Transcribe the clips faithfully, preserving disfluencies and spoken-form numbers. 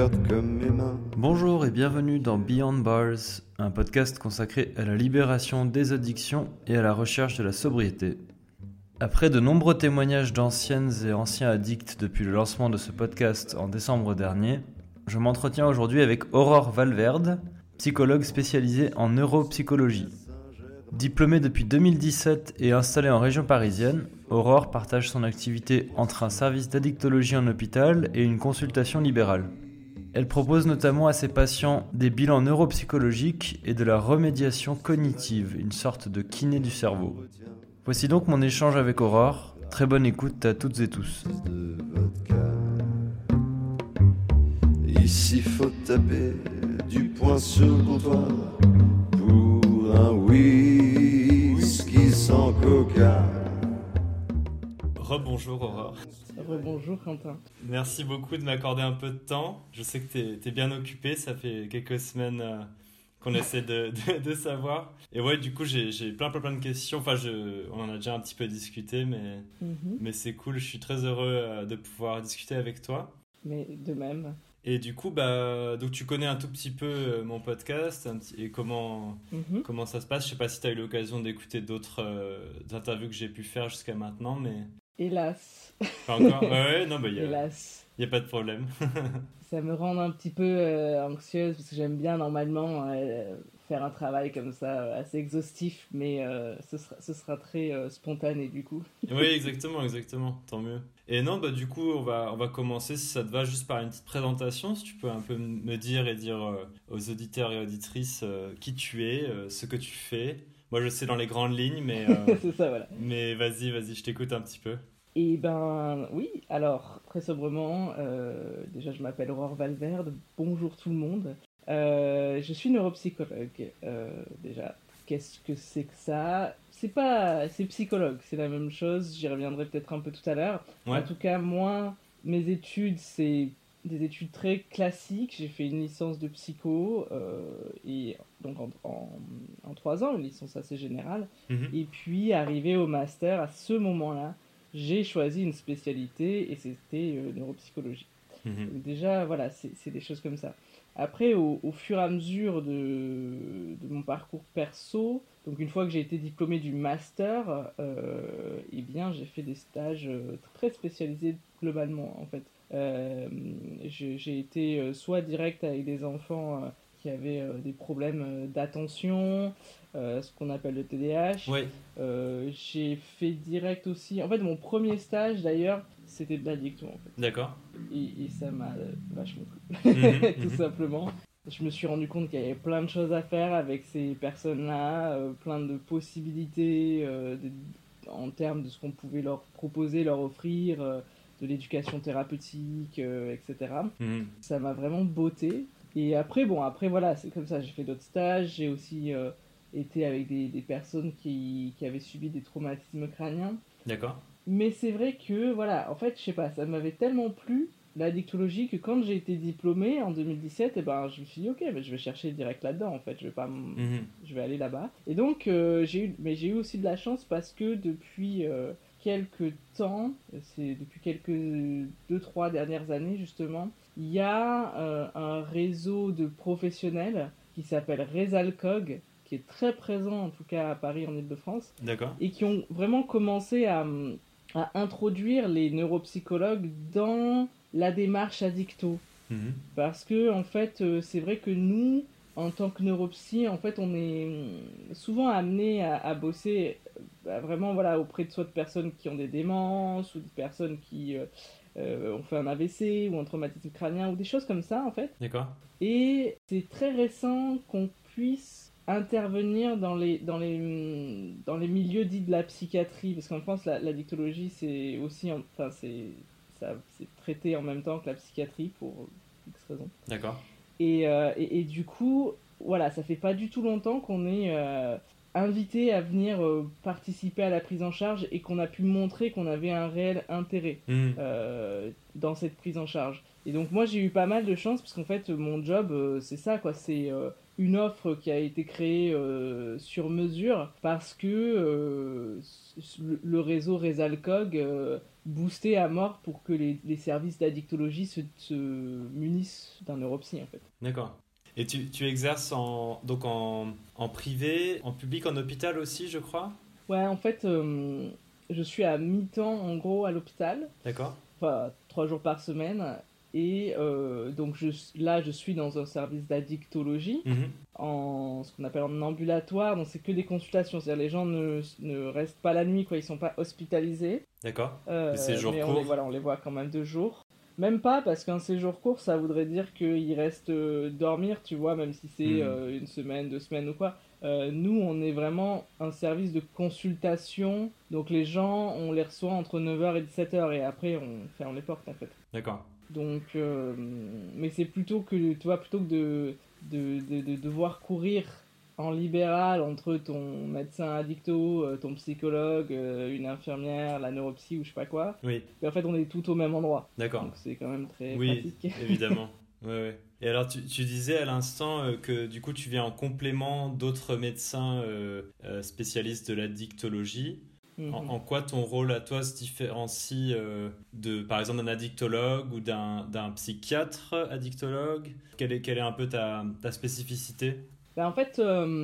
regarde comme mes mains. Bonjour et bienvenue dans Beyond Bars, un podcast consacré à la libération des addictions et à la recherche de la sobriété. Après de nombreux témoignages d'anciennes et anciens addicts depuis le lancement de ce podcast en décembre dernier, je m'entretiens aujourd'hui avec Aurore Valverde, psychologue spécialisée en neuropsychologie. Diplômée depuis deux mille dix-sept et installée en région parisienne, Aurore partage son activité entre un service d'addictologie en hôpital et une consultation libérale. Elle propose notamment à ses patients des bilans neuropsychologiques et de la remédiation cognitive, une sorte de kiné du cerveau. Voici donc mon échange avec Aurore. Très bonne écoute à toutes et tous. De vodka. Ici faut taper du poing sur le comptoir pour un whisky sans coca. Rebonjour Aurore. Rebonjour Quentin. Merci beaucoup de m'accorder un peu de temps. Je sais que t'es, t'es bien occupé, ça fait quelques semaines euh, qu'on essaie de, de, de savoir. Et ouais, du coup, j'ai, j'ai plein, plein, plein de questions. Enfin, je, on en a déjà un petit peu discuté, mais, Mm-hmm. mais c'est cool. Je suis très heureux euh, de pouvoir discuter avec toi. Mais de même. Et du coup, bah, donc tu connais un tout petit peu euh, mon podcast un petit, et comment, Mm-hmm. comment ça se passe. Je sais pas si tu as eu l'occasion d'écouter d'autres euh, interviews que j'ai pu faire jusqu'à maintenant, mais Hélas. pas encore. Ouais, ouais, non, bah, il y a, Hélas. y a pas de problème. Ça me rend un petit peu euh, anxieuse parce que j'aime bien normalement euh, faire un travail comme ça euh, assez exhaustif, mais euh, ce, sera, ce sera très euh, spontané du coup. Oui, exactement, exactement. Tant mieux. Et non, bah, du coup, on va, on va commencer, si ça te va, juste par une petite présentation. Si tu peux un peu me dire et dire euh, aux auditeurs et auditrices euh, qui tu es, euh, ce que tu fais. Moi, je sais dans les grandes lignes, mais, euh, C'est ça, voilà. mais vas-y, vas-y, je t'écoute un petit peu. Et ben oui, alors très sobrement, euh, déjà je m'appelle Aurore Valverde, bonjour tout le monde. Euh, je suis neuropsychologue, euh, déjà. Qu'est-ce que c'est que ça? C'est pas, c'est psychologue, c'est la même chose, j'y reviendrai peut-être un peu tout à l'heure. Ouais. En tout cas, moi, mes études, c'est des études très classiques. J'ai fait une licence de psycho, euh, et donc en, en, en trois ans, une licence assez générale. Mhm. Et puis, arrivé au master, à ce moment-là, j'ai choisi une spécialité et c'était euh, neuropsychologie. Mhm. Donc déjà, voilà, c'est, c'est des choses comme ça. Après, au, au fur et à mesure de, de mon parcours perso, donc une fois que j'ai été diplômé du master, euh, eh bien, j'ai fait des stages euh, très spécialisés globalement, en fait. Euh, j'ai, j'ai été euh, soit direct avec des enfants euh, qui avaient euh, des problèmes euh, d'attention, euh, ce qu'on appelle le T D A H. Ouais. Euh, j'ai fait direct aussi. En fait, mon premier stage d'ailleurs, c'était de l'addiction en fait. D'accord. Et, et ça m'a euh, vachement plu, Mhm, tout mhm. simplement. Je me suis rendu compte qu'il y avait plein de choses à faire avec ces personnes-là, euh, plein de possibilités euh, de- en termes de ce qu'on pouvait leur proposer, leur offrir, euh, de l'éducation thérapeutique, euh, et cetera. Mhm. Ça m'a vraiment botté. Et après, bon, après voilà, c'est comme ça. J'ai fait d'autres stages. J'ai aussi euh, été avec des, des personnes qui, qui avaient subi des traumatismes crâniens. D'accord. Mais c'est vrai que, voilà, en fait, je sais pas, ça m'avait tellement plu, l'addictologie, que quand j'ai été diplômée en deux mille dix-sept, eh ben, je me suis dit, ok, ben, je vais chercher direct là-dedans, en fait, je vais, pas m- Mhm. je vais aller là-bas. Et donc, euh, j'ai eu, mais j'ai eu aussi de la chance parce que depuis euh, quelques temps, c'est depuis quelques deux trois dernières années, justement, il y a euh, un réseau de professionnels qui s'appelle Résalcog, qui est très présent, en tout cas à Paris, en Île-de-France, D'accord. et qui ont vraiment commencé à, à introduire les neuropsychologues dans la démarche addicto. Mhm. Parce que, en fait, euh, c'est vrai que nous, en tant que neuropsy, en fait, on est hum, souvent amené à, à bosser euh, bah, vraiment voilà, auprès de soit de personnes qui ont des démences ou de personnes qui euh, euh, ont fait un A V C ou un traumatisme crânien ou des choses comme ça, en fait. D'accord. Et c'est très récent qu'on puisse intervenir dans les, dans les, dans les milieux dits de la psychiatrie, parce qu'en France, la, la dictologie, c'est aussi, en- enfin, c'est, ça, c'est traité en même temps que la psychiatrie pour X raisons. D'accord. Et, euh, et, et du coup, voilà, ça fait pas du tout longtemps qu'on est euh, invité à venir euh, participer à la prise en charge et qu'on a pu montrer qu'on avait un réel intérêt Mhm. euh, dans cette prise en charge. Et donc moi j'ai eu pas mal de chance parce qu'en fait mon job euh, c'est ça quoi, c'est euh, une offre qui a été créée euh, sur mesure parce que euh, le, le réseau Résalcog euh, boostait à mort pour que les, les services d'addictologie se, se munissent d'un neuropsy en fait. D'accord. Et tu, tu exerces en, donc en, en privé, en public, en hôpital aussi, je crois? Ouais en fait euh, je suis à mi-temps en gros à l'hôpital, D'accord. enfin trois jours par semaine. Et euh, donc je, là, je suis dans un service d'addictologie, Mhm. en ce qu'on appelle en ambulatoire, donc c'est que des consultations, c'est-à-dire les gens ne, ne restent pas la nuit, quoi, ils sont pas hospitalisés. D'accord. Euh, Le séjour mais on court. les, voilà, on les voit quand même deux jours. Même pas, parce qu'un séjour court, ça voudrait dire qu'ils restent euh, dormir, tu vois, même si c'est Mhm. euh, une semaine, deux semaines ou quoi. Euh, nous, on est vraiment un service de consultation, donc les gens, on les reçoit entre neuf heures et dix-sept heures, et après, on ferme les portes, en fait. D'accord. Donc, euh, mais c'est plutôt que, tu vois, plutôt que de, de, de, de devoir courir en libéral entre ton médecin addicto, euh, ton psychologue, euh, une infirmière, la neuropsy ou je sais pas quoi, Oui, et en fait on est tout au même endroit. d'accord. Donc c'est quand même très Oui, pratique. évidemment. Ouais, ouais. Et alors, tu, tu disais à l'instant euh, que du coup, tu viens en complément d'autres médecins euh, euh, spécialistes de l'addictologie. Mhm. En, en quoi ton rôle à toi se différencie euh, de, par exemple, d'un addictologue ou d'un, d'un psychiatre addictologue? Quelle est, quelle est un peu ta, ta spécificité? Ben, en fait,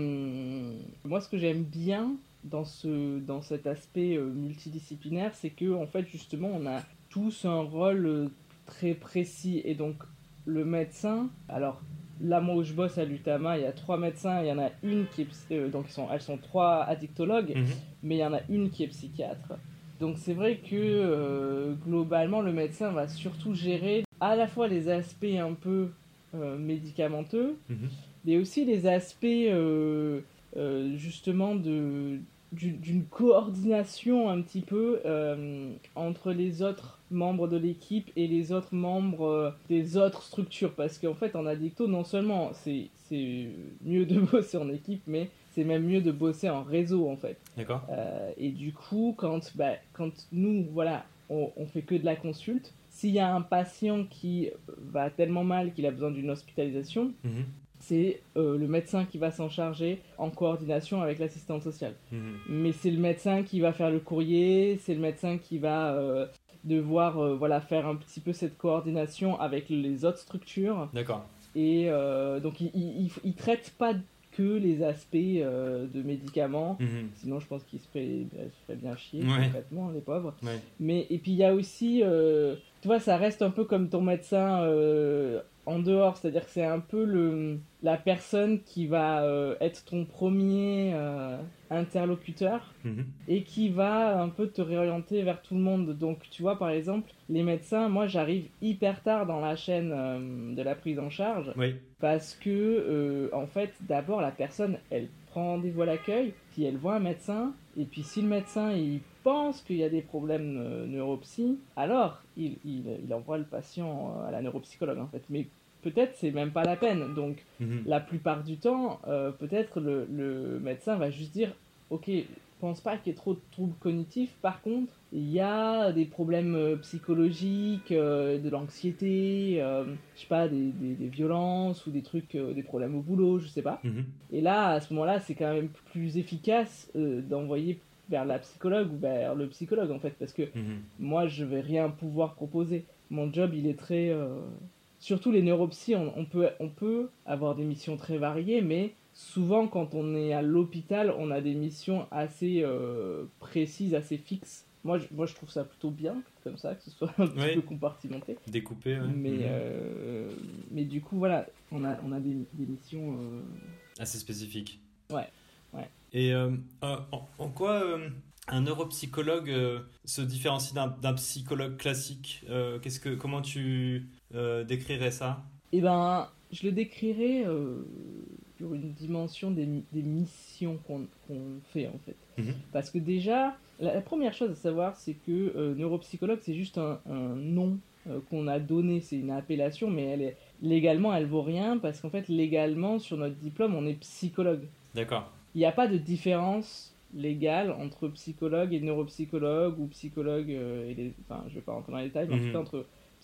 euh, moi ce que j'aime bien dans, ce, dans cet aspect euh, multidisciplinaire, c'est que en fait justement on a tous un rôle euh, très précis. Et donc le médecin, alors là moi où je bosse à l'Utama, il y a trois médecins, il y en a une qui est, psy- euh, donc ils sont, elles sont trois addictologues, Mhm. mais il y en a une qui est psychiatre. Donc c'est vrai que euh, globalement le médecin va surtout gérer à la fois les aspects un peu euh, médicamenteux, Mhm. mais aussi les aspects euh, euh, justement de, du- d'une coordination un petit peu euh, entre les autres membres de l'équipe et les autres membres euh, des autres structures. Parce qu'en fait, en addicto, non seulement c'est, c'est mieux de bosser en équipe, mais c'est même mieux de bosser en réseau en fait. D'accord. Euh, et du coup, quand, bah, quand nous, voilà, on, on fait que de la consulte, s'il y a un patient qui va tellement mal qu'il a besoin d'une hospitalisation, Mhm. c'est euh, le médecin qui va s'en charger en coordination avec l'assistante sociale. Mhm. Mais c'est le médecin qui va faire le courrier, c'est le médecin qui va euh, devoir euh, voilà, faire un petit peu cette coordination avec les autres structures. D'accord. Et euh, donc il, il, il, il traite pas que les aspects euh, de médicaments, Mhm. sinon je pense qu'il se ferait, il se ferait bien chier Ouais. concrètement, les pauvres. Ouais. Mais, et puis il y a aussi, euh, tu vois, ça reste un peu comme ton médecin euh, en dehors, c'est-à-dire que c'est un peu le, la personne qui va euh, être ton premier euh, interlocuteur Mhm. et qui va un peu te réorienter vers tout le monde. Donc tu vois, par exemple, les médecins, moi j'arrive hyper tard dans la chaîne euh, de la prise en charge Oui. parce que, euh, en fait, d'abord la personne, elle prend rendez-vous à l'accueil, puis elle voit un médecin, et puis si le médecin il pense qu'il y a des problèmes euh, neuropsy, alors il, il, il envoie le patient à la neuropsychologue en fait. Mais peut-être c'est même pas la peine. Donc Mhm. la plupart du temps, euh, peut-être le, le médecin va juste dire ok, je pense pas qu'il y ait trop de troubles cognitifs, par contre il y a des problèmes euh, psychologiques, euh, de l'anxiété, euh, je sais pas, des, des, des violences ou des trucs, euh, des problèmes au boulot, je sais pas. Mhm. Et là, à ce moment-là, c'est quand même plus efficace euh, d'envoyer vers la psychologue ou vers le psychologue en fait, parce que Mhm. moi je vais rien pouvoir proposer. Mon job il est très... euh, Surtout les neuropsies, on, on, peut, on peut avoir des missions très variées, mais souvent quand on est à l'hôpital, on a des missions assez euh, précises, assez fixes. Moi je, moi je trouve ça plutôt bien, comme ça, que ce soit un petit Oui. peu compartimenté. Découpé, ouais. Mais, Mhm. euh, mais du coup, voilà, on a, on a des, des missions... euh, Assez spécifique. Ouais, ouais. Et euh, euh, en, en quoi euh, un neuropsychologue euh, se différencie d'un, d'un psychologue classique? Euh, qu'est-ce que, comment tu euh, décrirais ça? Eh ben, je le décrirais euh, sur une dimension des, des missions qu'on, qu'on fait en fait. Mhm. Parce que déjà, la, la première chose à savoir, c'est que euh, neuropsychologue, c'est juste un, un nom euh, qu'on a donné, c'est une appellation, mais elle est, légalement, elle vaut rien, parce qu'en fait, légalement, sur notre diplôme, on est psychologue. D'accord. Il n'y a pas de différence légale entre psychologue et neuropsychologue, ou psychologue euh, et les... Enfin, je vais pas rentrer dans les détails, mais en Mhm. tout cas entre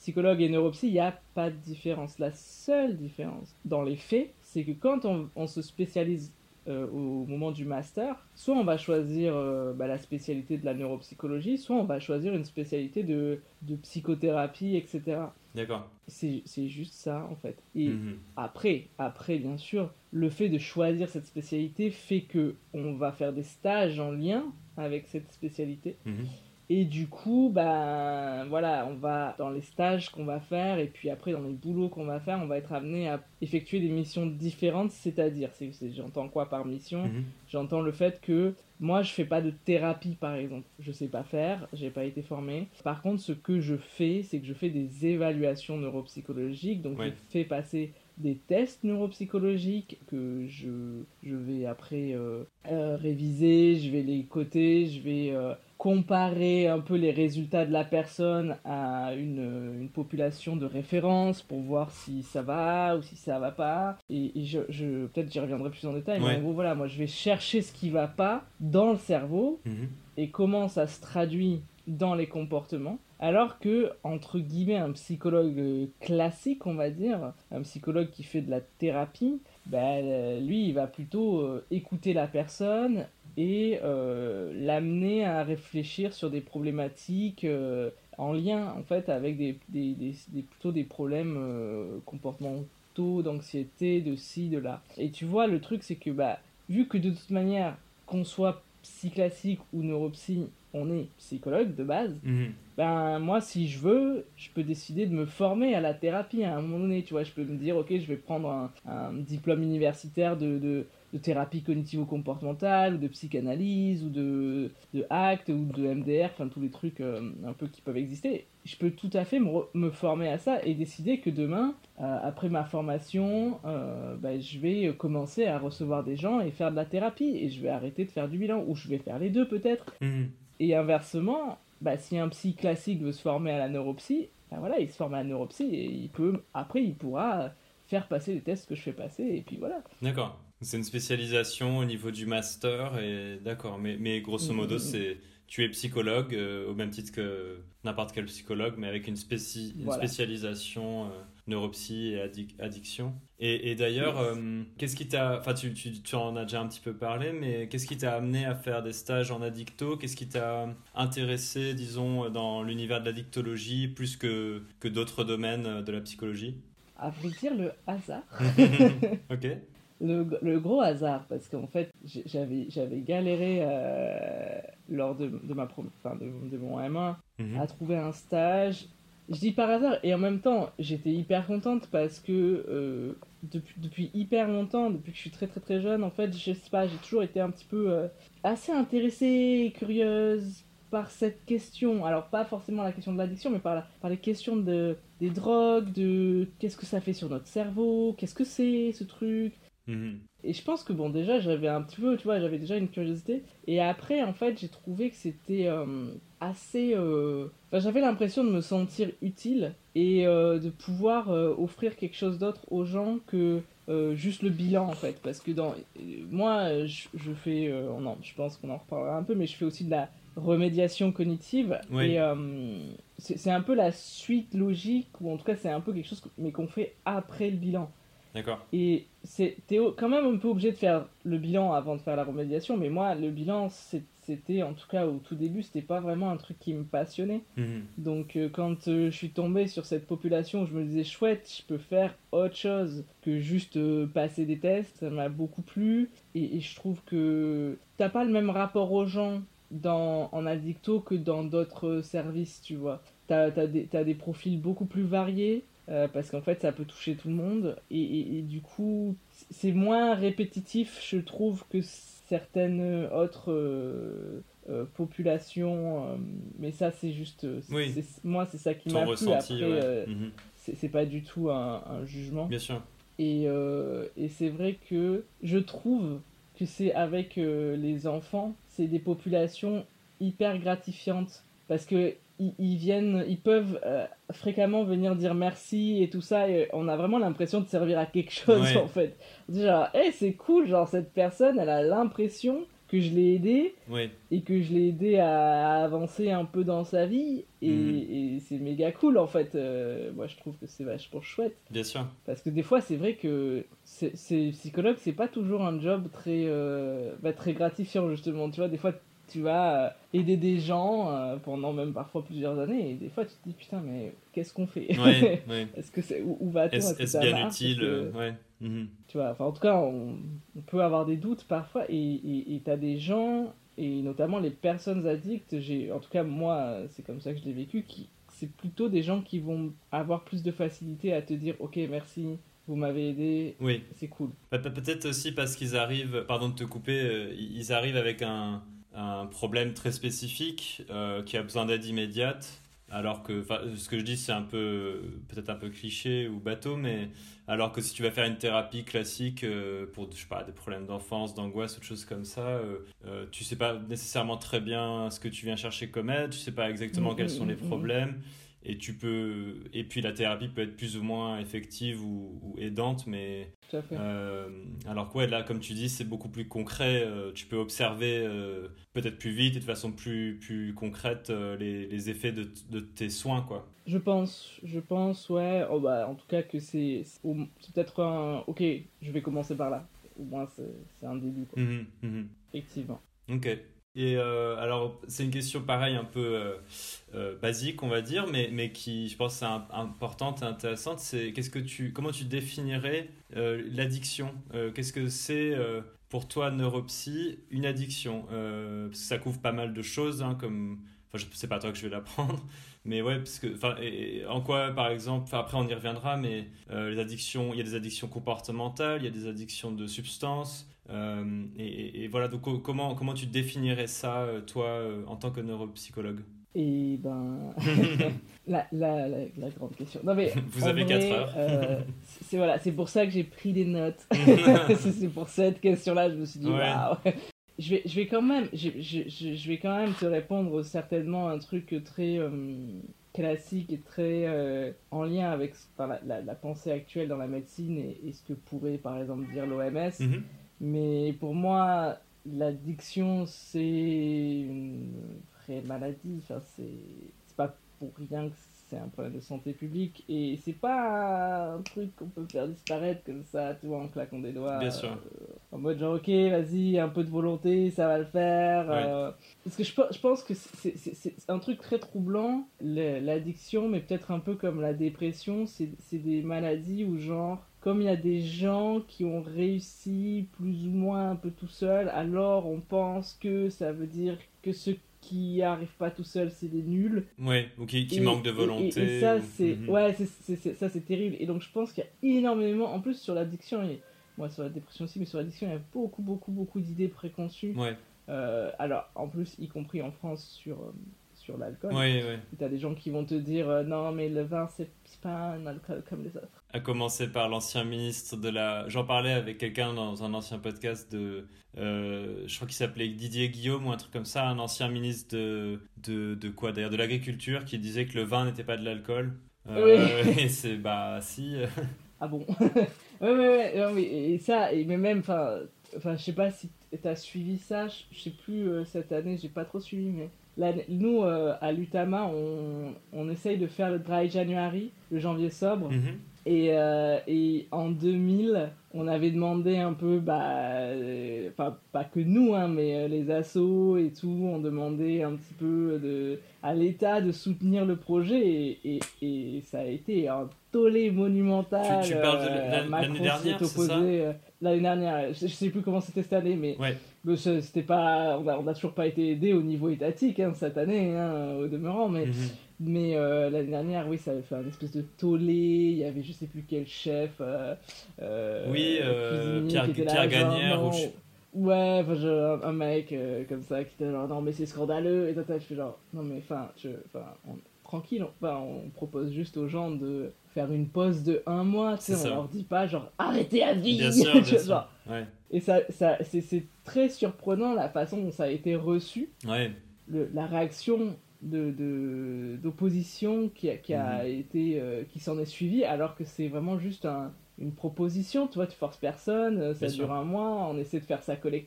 psychologue et neuropsy, il n'y a pas de différence. La seule différence dans les faits, c'est que quand on, on se spécialise euh, au moment du master, soit on va choisir euh, bah, la spécialité de la neuropsychologie, soit on va choisir une spécialité de, de psychothérapie, et cetera. D'accord. C'est, c'est juste ça, en fait. Et Mhm. après, après, bien sûr, le fait de choisir cette spécialité fait que on va faire des stages en lien avec cette spécialité. Mhm. Et du coup, ben voilà, on va dans les stages qu'on va faire et puis après dans les boulots qu'on va faire, on va être amené à effectuer des missions différentes. C'est-à-dire, c'est, c'est, j'entends quoi par mission? Mhm. J'entends le fait que moi, je fais pas de thérapie, par exemple. Je sais pas faire, j'ai pas été formé. Par contre, ce que je fais, c'est que je fais des évaluations neuropsychologiques. Donc, Ouais. je fais passer des tests neuropsychologiques que je, je vais après euh, euh, réviser, je vais les coter, je vais euh, comparer un peu les résultats de la personne à une, une population de référence pour voir si ça va ou si ça va pas. Et, et je, je, peut-être j'y reviendrai plus en détail, Ouais. mais en gros, voilà, moi je vais chercher ce qui va pas dans le cerveau Mhm. et comment ça se traduit dans les comportements. Alors que, entre guillemets, un psychologue euh, classique, on va dire, un psychologue qui fait de la thérapie, ben, euh, lui, il va plutôt euh, écouter la personne et euh, l'amener à réfléchir sur des problématiques euh, en lien, en fait, avec des, des, des, des- plutôt des problèmes euh, comportementaux, d'anxiété, de ci, de là. Et tu vois, le truc, c'est que, bah, vu que de toute manière, qu'on soit psy classique ou neuropsy, on est psychologue de base, Mhm. ben moi si je veux, je peux décider de me former à la thérapie à un moment donné, tu vois, je peux me dire ok, je vais prendre un, un diplôme universitaire de, de, de thérapie cognitivo-comportementale ou de psychanalyse ou de, de ACT ou de M D R, enfin tous les trucs euh, un peu qui peuvent exister. Je peux tout à fait me, re- me former à ça et décider que demain, euh, après ma formation, euh, ben, je vais commencer à recevoir des gens et faire de la thérapie et je vais arrêter de faire du bilan ou je vais faire les deux peut-être. Mhm. Et inversement, bah, si un psy classique veut se former à la neuropsy, bah voilà, il se forme à la neuropsy et il peut, après il pourra faire passer les tests que je fais passer et puis voilà. D'accord. C'est une spécialisation au niveau du master et d'accord. Mais, mais grosso Mm, modo, mm, mm. c'est tu es psychologue euh, au même titre que n'importe quel psychologue, mais avec une, spéci- une Voilà. spécialisation euh, neuropsy et addic- addiction. Et, et d'ailleurs, Yes. euh, qu'est-ce qui t'a, enfin tu, tu, tu en as déjà un petit peu parlé, mais qu'est-ce qui t'a amené à faire des stages en addicto? Qu'est-ce qui t'a intéressé, disons, dans l'univers de l'addictologie plus que, que d'autres domaines de la psychologie? À vrai dire, le hasard. Ok. Le, le gros hasard, parce qu'en fait, j'ai- j'avais, j'avais galéré euh, lors de, de, ma prom- enfin, de, de mon M un Mhm. à trouver un stage. Je dis par hasard, et en même temps, j'étais hyper contente parce que euh, depuis, depuis hyper longtemps, depuis que je suis très très très jeune, en fait, je sais pas, j'ai toujours été un petit peu euh, assez intéressée et curieuse par cette question. Alors, pas forcément la question de l'addiction, mais par, la, par les questions de, des drogues, de qu'est-ce que ça fait sur notre cerveau, qu'est-ce que c'est ce truc. Mhm. Et je pense que bon, déjà, j'avais un petit peu, tu vois, j'avais déjà une curiosité. Et après, en fait, j'ai trouvé que c'était euh, assez. euh, Enfin, j'avais l'impression de me sentir utile et euh, de pouvoir euh, offrir quelque chose d'autre aux gens que euh, juste le bilan, en fait. Parce que dans. euh, Moi, euh, je, je fais. euh, on en- je pense qu'on en reparlera un peu, mais je fais aussi de la remédiation cognitive. Oui. Et euh, c'est c'est un peu la suite logique, ou en tout cas, c'est un peu quelque chose, que- mais qu'on fait après le bilan. D'accord. Et c'est, t'es au- quand même un peu obligé de faire le bilan avant de faire la remédiation, mais moi, le bilan, c'est- c'était, en tout cas au tout début, c'était pas vraiment un truc qui me passionnait. Mhm. Donc euh, quand euh, je suis tombé sur cette population, je me disais, chouette, je peux faire autre chose que juste euh, passer des tests, ça m'a beaucoup plu. Et, et je trouve que t'as pas le même rapport aux gens dans, en addicto que dans d'autres services, tu vois. T'as, t'as des, t'as des profils beaucoup plus variés. Euh, parce qu'en fait ça peut toucher tout le monde et, et- et du coup c'est moins répétitif je trouve que certaines autres euh, euh, populations euh, mais ça c'est juste euh, c'est- Oui. c'est- moi c'est ça qui Ton m'a plu ressenti, après ouais. euh, Mhm. c'est c'est pas du tout un, un jugement Bien sûr. et, euh, et c'est vrai que je trouve que c'est avec euh, les enfants, c'est des populations hyper gratifiantes. Parce que ils, ils viennent, ils peuvent euh, fréquemment venir dire merci et tout ça, et on a vraiment l'impression de servir à quelque chose Ouais. en fait. On dit genre, hey, c'est cool, genre cette personne, elle a l'impression que je l'ai aidé Oui. et que je l'ai aidé à, à avancer un peu dans sa vie et, Mhm. et c'est méga cool en fait. Euh, moi je trouve que c'est vachement chouette Bien sûr. parce que des fois c'est vrai que c'est, c'est psychologue c'est pas toujours un job très euh, bah, très gratifiant justement. Tu vois, des fois tu vas euh, aider des gens euh, pendant même parfois plusieurs années et des fois tu te dis putain mais qu'est-ce qu'on fait? Oui, oui. Est-ce que c'est où, où va-t-on? Est-ce, Est-ce que est-ce ça bien marche? Est-ce utile euh, que ouais. Mhm. tu vois, enfin en tout cas on, on peut avoir des doutes parfois et et et t'as des gens et notamment les personnes addictes, j'ai en tout cas moi c'est comme ça que je l'ai vécu, qui c'est plutôt des gens qui vont avoir plus de facilité à te dire ok merci vous m'avez aidé Oui. c'est cool. Pe- pe- Peut-être aussi parce qu'ils arrivent, pardon de te couper, euh, ils arrivent avec un, un problème très spécifique euh, qui a besoin d'aide immédiate. Alors que, enfin, ce que je dis, c'est un peu, peut-être un peu cliché ou bateau, mais alors que si tu vas faire une thérapie classique euh, pour, je sais pas, des problèmes d'enfance, d'angoisse, ou de choses comme ça, euh, euh, tu sais pas nécessairement très bien ce que tu viens chercher comme aide, tu sais pas Mm, exactement quels sont les mm, mm, mm. problèmes, et tu peux, et puis la thérapie peut être plus ou moins effective ou, ou aidante, mais Tout à fait. euh, alors que ouais, là, comme tu dis, c'est beaucoup plus concret. Euh, tu peux observer euh, peut-être plus vite et de façon plus, plus concrète euh, les, les effets de, de tes soins, quoi. Je pense, je pense, ouais, oh, bah, en tout cas que c'est c'est au- c'est peut-être un ok je vais commencer par là, au moins c'est c'est un début quoi, Mhm, mhm. effectivement. Ok. Et euh, alors, c'est une question pareille, un peu euh, euh, basique, on va dire, mais, mais qui, je pense, est un- importante et intéressante. C'est qu'est-ce que tu, comment tu définirais euh, l'addiction? Euh, Qu'est-ce que c'est euh, pour toi, neuropsy, une addiction? Euh, parce que ça couvre pas mal de choses, hein, comme, enfin, je sais pas à toi que je vais l'apprendre, mais ouais, parce que, enfin, et- et en quoi, par exemple, enfin, après on y reviendra, mais euh, les addictions, il y a des addictions comportementales, il y a des addictions de substances. Euh, et, et- et voilà, donc co- comment, comment tu définirais ça, euh, toi, euh, en tant que neuropsychologue? Et ben, la, la, la, la grande question. Non mais Vous en avez quatre vrai, heures. euh, c'est c'est- voilà, c'est pour ça que j'ai pris des notes. C'est c'est pour cette question-là, je me suis dit Ouais. waouh. Je vais, je vais quand même, je, je, je, je vais quand même te répondre certainement un truc très euh, classique et très euh, en lien avec enfin, la, la, la pensée actuelle dans la médecine et, et ce que pourrait par exemple dire l'O M S. Mhm. Mais pour moi, l'addiction, c'est une vraie maladie. Enfin, c'est c'est pas pour rien que c'est un problème de santé publique. Et c'est pas un truc qu'on peut faire disparaître comme ça, tu vois, en claquant des doigts. Bien euh, sûr. en mode genre, ok, vas-y, un peu de volonté, ça va le faire. Ouais. euh. Parce que je, pe- je pense que c'est c'est- c'est un truc très troublant, le- l'addiction, mais peut-être un peu comme la dépression. C'est c'est des maladies où, genre, comme il y a des gens qui ont réussi plus ou moins un peu tout seuls, alors on pense que ça veut dire que ceux qui n'y arrivent pas tout seuls, c'est des nuls. Ouais, ou qui, qui Et, manque de et, et, et volonté. ça, Ou... c'est Mhm. ouais, c'est c'est- c'est- ça c'est terrible. Et donc je pense qu'il y a énormément, en plus sur l'addiction, et moi sur la dépression aussi, mais sur l'addiction, il y a beaucoup, beaucoup, beaucoup d'idées préconçues. Ouais, Euh, alors en plus, y compris en France sur, euh, sur l'alcool. ouais, ouais. Tu as des gens qui vont te dire euh, non, mais le vin, c'est c'est pas un alcool comme les autres. À commencer par l'ancien ministre de la... J'en parlais avec quelqu'un dans un ancien podcast de... euh, je crois qu'il s'appelait Didier Guillaume ou un truc comme ça, un ancien ministre de... De, de quoi d'ailleurs? De l'agriculture, qui disait que le vin n'était pas de l'alcool. Euh, Oui. et c'est... Bah si... euh, Ah bon? Ouais, ouais, ouais, non, mais, et ça, et mais même, enfin, enfin, je sais pas si t'as suivi ça, je je sais plus, euh, cette année, j'ai pas trop suivi, mais là, nous, euh, à l'Utama, on, on essaye de faire le Dry January, le janvier sobre, mhm. et, euh, et en deux mille, on avait demandé un peu, bah, euh, enfin, pas que nous, hein, mais euh, les assos et tout, on demandait un petit peu de, à l'État de soutenir le projet, et, et, et ça a été un tollé monumental. Tu, tu parles de euh, l'année Macron s'y est dernière, c'est opposé ça? euh, l'année dernière. Je, je sais plus comment c'était cette année, mais Ouais. mais ça, c'était pas, on a, on a toujours pas été aidé au niveau étatique hein, cette année, hein, au demeurant, mais. Mhm. Mais euh, l'année dernière, oui, ça avait fait un espèce de tollé. Il y avait je sais plus quel chef euh, euh, Oui, euh, cuisinier Pierre, qui était là, Pierre genre, Gagnère ou non. je- Ouais, enfin, genre, un, un mec euh, comme ça qui était genre, non, mais c'est scandaleux. Et toi, t'as fait genre, non, mais enfin, je, enfin, on- tranquille, enfin, on propose juste aux gens de faire une pause de un mois, tu sais, C'est on ça. leur dit pas genre, arrêtez à vie. Bien sûr, Tu bien vois, sûr. genre. Ouais. Et ça, ça, c'est, c'est très surprenant la façon dont ça a été reçu, Ouais. le, la réaction de, de- d'opposition qui a, qui a Mhm. été euh, qui s'en est suivie alors que c'est vraiment juste un- une proposition, tu vois, tu forces personne, euh, ça Bien dure sûr. un mois, on essaie de faire ça collectif.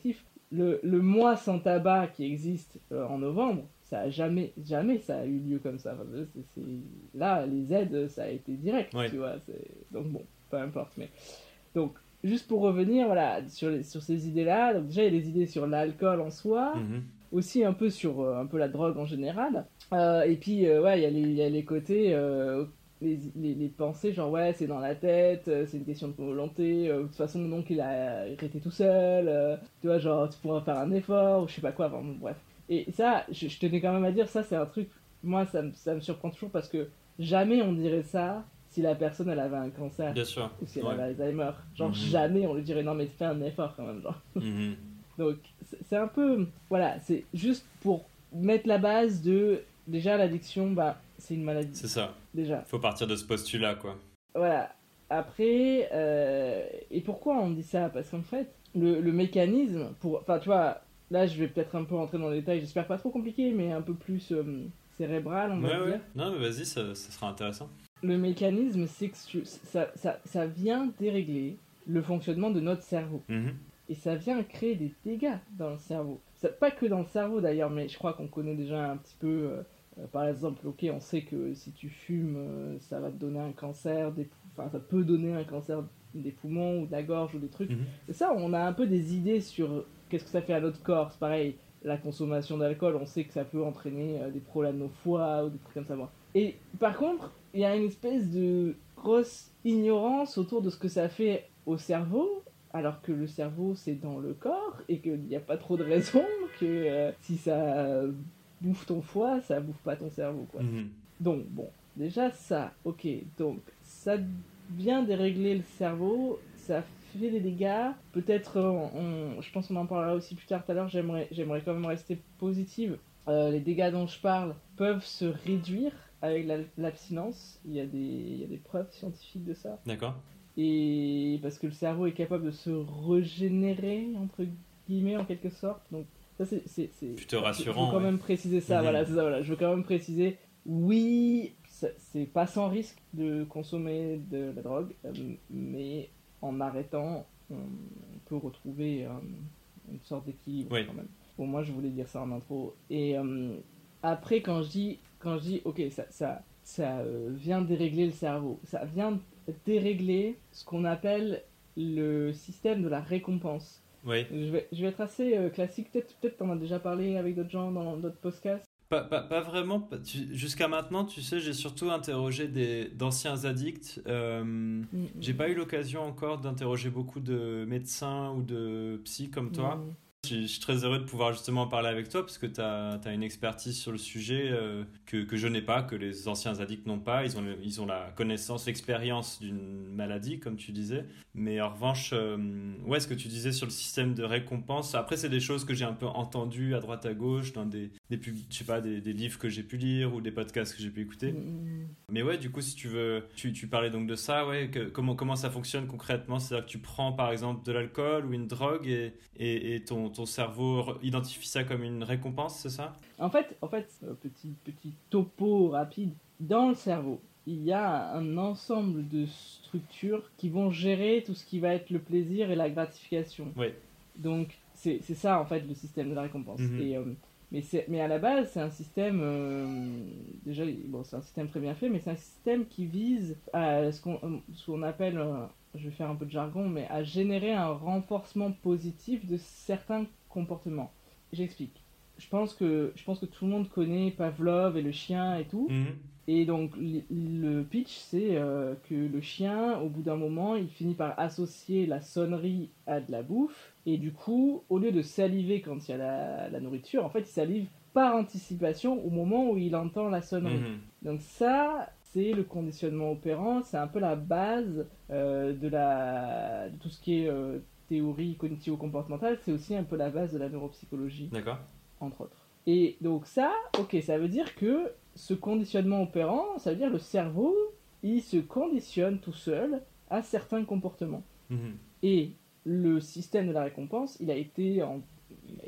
le, le mois sans tabac qui existe euh, en novembre, ça a jamais, jamais ça a eu lieu comme ça. Enfin, c'est, c'est... Là, les aides, ça a été direct, Ouais. tu vois. C'est... Donc bon, peu importe. Mais... Donc, juste pour revenir voilà, sur, les, sur ces idées-là, donc déjà, il y a des idées sur l'alcool en soi, Mhm. aussi un peu sur euh, un peu la drogue en général. Euh, et puis, euh, ouais, il y a les, il y a les côtés... Euh, Les, les, les pensées, genre ouais, c'est dans la tête, euh, c'est une question de volonté, euh, de toute façon, donc il a été tout seul, euh, tu vois, genre tu pourras faire un effort, ou je sais pas quoi, enfin bon, bref. Et ça, je, je tenais quand même à dire, ça c'est un truc, moi ça, me- ça me surprend toujours parce que jamais on dirait ça si la personne elle avait un cancer Bien sûr. ou si elle Ouais. avait Alzheimer. Genre Mhm. jamais on lui dirait non mais fais un effort quand même, genre. Mhm. Donc c'est c'est un peu, voilà, c'est juste pour mettre la base de, déjà l'addiction, bah c'est une maladie, C'est ça. déjà. Faut partir de ce postulat, quoi. Voilà. Après, euh, et pourquoi on dit ça? Parce qu'en fait, le, le mécanisme, pour, enfin tu vois, là je vais peut-être un peu rentrer dans les détails, j'espère pas trop compliqué, mais un peu plus euh, cérébral, on va Ouais, dire. ouais. Non, mais vas-y, ça, ça sera intéressant. Le mécanisme, c'est que tu- ça, ça, ça vient dérégler le fonctionnement de notre cerveau. Mhm. Et ça vient créer des dégâts dans le cerveau. Ça, pas que dans le cerveau d'ailleurs, mais je crois qu'on connaît déjà un petit peu. euh, euh, par exemple, ok, on sait que si tu fumes, euh, ça va te donner un cancer, des, pou- enfin ça peut donner un cancer des poumons ou de la gorge ou des trucs. Mhm. Et ça, on a un peu des idées sur qu'est-ce que ça fait à notre corps. C'est pareil, la consommation d'alcool, on sait que ça peut entraîner euh, des problèmes au foie ou des trucs comme ça. Bon. Et par contre, il y a une espèce de grosse ignorance autour de ce que ça fait au cerveau, alors que le cerveau c'est dans le corps et qu'il n'y a pas trop de raison que euh, si ça bouffe ton foie, ça bouffe pas ton cerveau, quoi. Mhm. Donc bon, déjà ça, ok, donc ça vient dérégler le cerveau, ça fait des dégâts, peut-être, euh, on- je pense qu'on en parlera aussi plus tard tout à l'heure, j'aimerais, j'aimerais quand même rester positive. Euh, les dégâts dont je parle peuvent se réduire avec la- l'abstinence, il y a des, il y a des preuves scientifiques de ça. D'accord. Et parce que le cerveau est capable de se régénérer, entre guillemets, en quelque sorte. Donc, ça, c'est. c'est, c'est... Plutôt Je rassurant. veux quand ouais. même préciser ça, Mhm. voilà, c'est ça, voilà. Je veux quand même préciser, oui, ça- c'est pas sans risque de consommer de la drogue, euh, mais en arrêtant, on, on peut retrouver euh, une sorte d'équilibre Oui. quand même. Bon, moi, je voulais dire ça en intro. Et euh, après, quand je dis, quand je dis ok, ça, ça, ça euh, vient dérégler le cerveau, ça vient dérégler ce qu'on appelle le système de la récompense. Oui. Je vais, je vais être assez euh, classique, peut-être peut-être t'en as déjà parlé avec d'autres gens dans d'autres podcasts. Pas, pas, pas vraiment. pas- tu- Jusqu'à maintenant, tu sais, j'ai surtout interrogé des, d'anciens addicts. Euh, Mm, j'ai pas eu l'occasion encore d'interroger beaucoup de médecins ou de psy comme toi. mm. Je suis, je suis très heureux de pouvoir justement parler avec toi parce que tu as une expertise sur le sujet euh, que, que je n'ai pas, que les anciens addicts n'ont pas. Ils ont, le- ils ont la connaissance, l'expérience d'une maladie, comme tu disais. Mais en revanche, euh, ouais, ce que tu disais sur le système de récompense, après, c'est des choses que j'ai un peu entendues à droite à gauche dans des, des, pub- je sais pas, des, des livres que j'ai pu lire ou des podcasts que j'ai pu écouter. Mm, Mais ouais, du coup, si tu veux, tu, tu parlais donc de ça, ouais, que, comment, comment ça fonctionne concrètement? C'est-à-dire que tu prends par exemple de l'alcool ou une drogue et, et, et ton, ton cerveau re- identifie ça comme une récompense, c'est ça? En fait, en fait, euh, petit, petit topo rapide, dans le cerveau, il y a un ensemble de structures qui vont gérer tout ce qui va être le plaisir et la gratification. Oui. Donc, c'est c'est ça, en fait, le système de la récompense. Mhm. Et, euh, mais, c'est- mais à la base, c'est un système... euh, déjà, bon, c'est un système très bien fait, mais c'est un système qui vise à ce qu'on euh, ce qu'on appelle... euh, je vais faire un peu de jargon, mais à générer un renforcement positif de certains comportements. J'explique. Je pense que, je pense que tout le monde connaît Pavlov et le chien et tout. Mhm. Et donc, le, le pitch, c'est euh, que le chien, au bout d'un moment, il finit par associer la sonnerie à de la bouffe. Et du coup, au lieu de saliver quand il y a la, la nourriture, en fait, il salive par anticipation au moment où il entend la sonnerie. Mhm. Donc ça, c'est le conditionnement opérant, c'est un peu la base euh, de, la, de tout ce qui est euh, théorie cognitivo-comportementale, c'est aussi un peu la base de la neuropsychologie, D'accord. entre autres. Et donc ça, ok, ça veut dire que ce conditionnement opérant, ça veut dire le cerveau, il se conditionne tout seul à certains comportements. Mhm. Et le système de la récompense, il a été, en- il a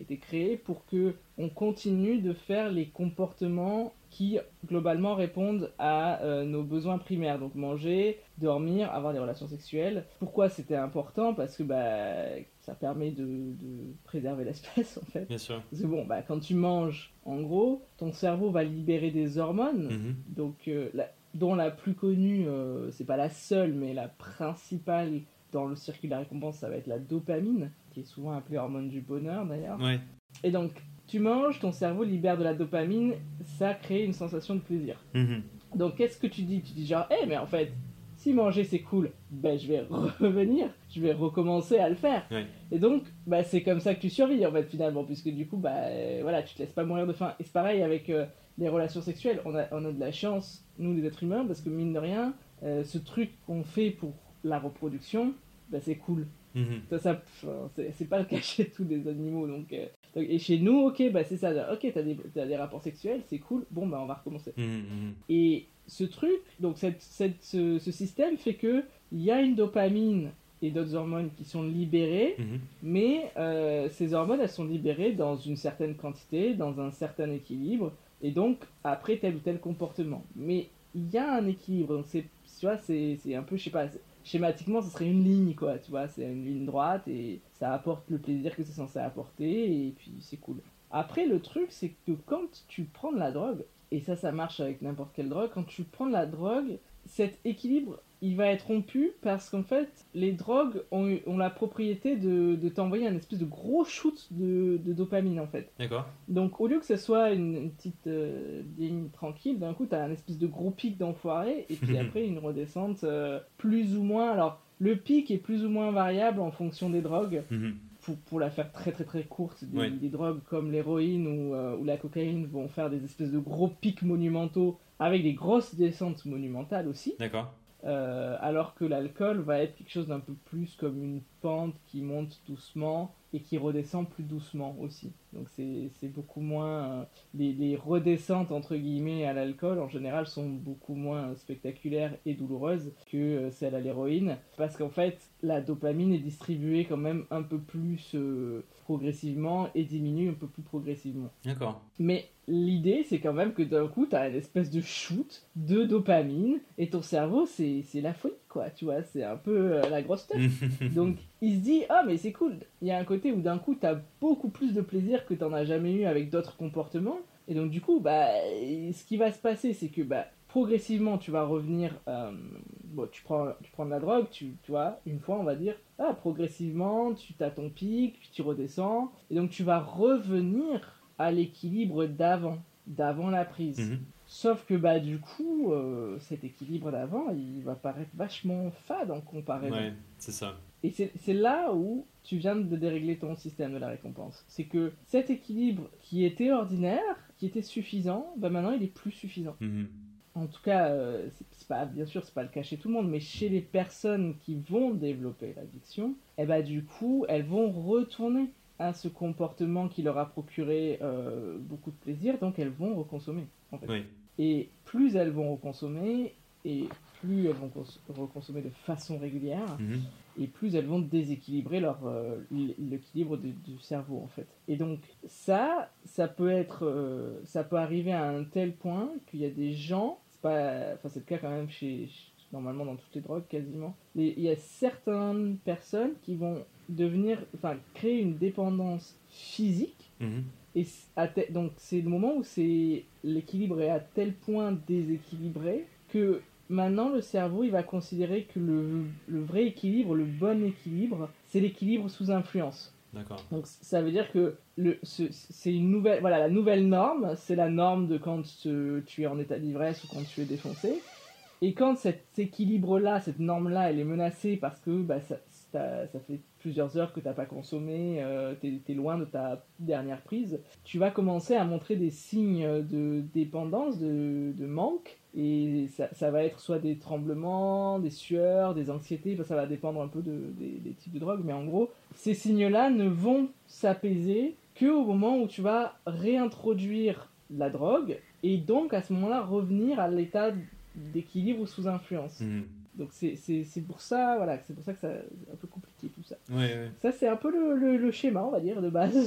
été créé pour que on continue de faire les comportements qui globalement répondent à euh, nos besoins primaires, donc manger, dormir, avoir des relations sexuelles. Pourquoi c'était important? Parce que bah, ça permet de, de préserver l'espèce en fait. Bien sûr. Parce que bon, bah, quand tu manges, en gros, ton cerveau va libérer des hormones, Mm-hmm. donc, euh, la, dont la plus connue, euh, c'est pas la seule, mais la principale dans le circuit de la récompense, ça va être la dopamine, qui est souvent appelée hormone du bonheur d'ailleurs. Ouais. Et donc, tu manges, ton cerveau libère de la dopamine, ça crée une sensation de plaisir. Mm-hmm. Donc, qu'est-ce que tu dis? Tu dis genre, hé, hey, mais en fait, si manger c'est cool, ben je vais revenir, je vais recommencer à le faire. Ouais. Et donc, bah, c'est comme ça que tu survis en fait, finalement, puisque du coup, bah, euh, voilà, tu te laisses pas mourir de faim. Et c'est pareil avec euh, les relations sexuelles. On a, on a de la chance, nous les êtres humains, parce que mine de rien, euh, ce truc qu'on fait pour la reproduction, bah, c'est cool. Mm-hmm. Ça, ça, c'est, c'est pas le cas chez tous les animaux. Donc, euh, donc, et chez nous, ok, bah, c'est ça. Ok, t'as des, t'as des rapports sexuels, c'est cool. Bon, bah, on va recommencer. Mm-hmm. Et ce truc, donc cette, cette, ce, ce système fait que il y a une dopamine et d'autres hormones qui sont libérées, Mm-hmm. mais euh, ces hormones, elles sont libérées dans une certaine quantité, dans un certain équilibre, et donc après tel ou tel comportement. Mais il y a un équilibre, donc c'est, tu vois, c'est, c'est un peu, je sais pas, schématiquement, ce serait une ligne, quoi, tu vois, c'est une ligne droite, et ça apporte le plaisir que c'est censé apporter, et puis c'est cool. Après, le truc, c'est que quand tu prends de la drogue, et ça, ça marche avec n'importe quelle drogue, quand tu prends de la drogue, cet équilibre, il va être rompu parce qu'en fait, les drogues ont, ont la propriété de, de t'envoyer un espèce de gros shoot de, de dopamine, en fait. D'accord. Donc, au lieu que ce soit une, une petite euh, ligne tranquille, d'un coup, t'as un espèce de gros pic d'enfoiré, et puis après, une redescente euh, plus ou moins... Alors, le pic est plus ou moins variable en fonction des drogues. Mm-hmm. Pour, pour la faire très très très courte, des, Ouais. des drogues comme l'héroïne ou, euh, ou la cocaïne vont faire des espèces de gros pics monumentaux avec des grosses descentes monumentales aussi, D'accord. euh, alors que l'alcool va être quelque chose d'un peu plus comme une pente qui monte doucement et qui redescend plus doucement aussi. Donc c'est, c'est beaucoup moins... euh, les, les redescentes entre guillemets à l'alcool en général sont beaucoup moins spectaculaires et douloureuses que euh, celles à l'héroïne, parce qu'en fait la dopamine est distribuée quand même un peu plus euh, progressivement et diminue un peu plus progressivement. D'accord. Mais l'idée, c'est quand même que d'un coup, t'as une espèce de shoot de dopamine, et ton cerveau, c'est, c'est la folie, quoi, tu vois, c'est un peu euh, la grosse teuf. Donc, il se dit, ah, mais c'est cool, il y a un côté où d'un coup, t'as beaucoup plus de plaisir que t'en as jamais eu avec d'autres comportements, et donc du coup, bah, ce qui va se passer, c'est que, bah, progressivement, tu vas revenir, euh, bon, tu prends, tu prends de la drogue, tu, tu vois, une fois, on va dire, ah, progressivement, tu as ton pic, puis tu redescends, et donc tu vas revenir à l'équilibre d'avant, d'avant la prise. Mm-hmm. Sauf que bah du coup, euh, cet équilibre d'avant, il va paraître vachement fade en comparaison. Ouais, c'est ça. Et c'est, c'est là où tu viens de dérégler ton système de la récompense. C'est que cet équilibre qui était ordinaire, qui était suffisant, bah maintenant il est plus suffisant. Mm-hmm. En tout cas, euh, c'est, c'est pas, bien sûr, c'est pas le cas chez tout le monde, mais chez les personnes qui vont développer l'addiction, et bah du coup, elles vont retourner à ce comportement qui leur a procuré euh, beaucoup de plaisir, donc elles vont reconsommer, en fait. Oui. Et plus elles vont reconsommer, et plus elles vont cons- reconsommer de façon régulière, Mm-hmm. et plus elles vont déséquilibrer leur, euh, l'équilibre du, du cerveau, en fait. Et donc ça, ça peut être, euh, ça peut arriver à un tel point qu'il y a des gens, c'est pas, enfin c'est le cas quand même chez, chez- normalement dans toutes les drogues quasiment, les- il y a certaines personnes qui vont devenir, enfin créer une dépendance physique. Mm-hmm. Et c- à te- donc c'est le moment où c'est l'équilibre est à tel point déséquilibré que maintenant le cerveau il va considérer que le, le vrai équilibre, le bon équilibre, c'est l'équilibre sous influence. D'accord. Donc ça veut dire que le, ce- c'est une nouvelle, voilà, la nouvelle norme, c'est la norme de quand euh, tu es en état d'ivresse ou quand tu es défoncé. Et quand cet équilibre-là, cette norme-là, elle est menacée parce que bah, ça, ça, ça fait plusieurs heures que tu n'as pas consommé, euh, tu es loin de ta dernière prise, tu vas commencer à montrer des signes de dépendance, de, de manque, et ça, ça va être soit des tremblements, des sueurs, des anxiétés, ça va dépendre un peu de, des, des types de drogues, mais en gros, ces signes-là ne vont s'apaiser qu'au moment où tu vas réintroduire la drogue, et donc à ce moment-là revenir à l'état d'équilibre sous influence. Mm-hmm. Donc c'est, c'est, c'est pour ça, voilà, c'est pour ça que ça, c'est un peu compliqué tout ça. Ouais, ouais. Ça c'est un peu le, le, le schéma, on va dire, de base.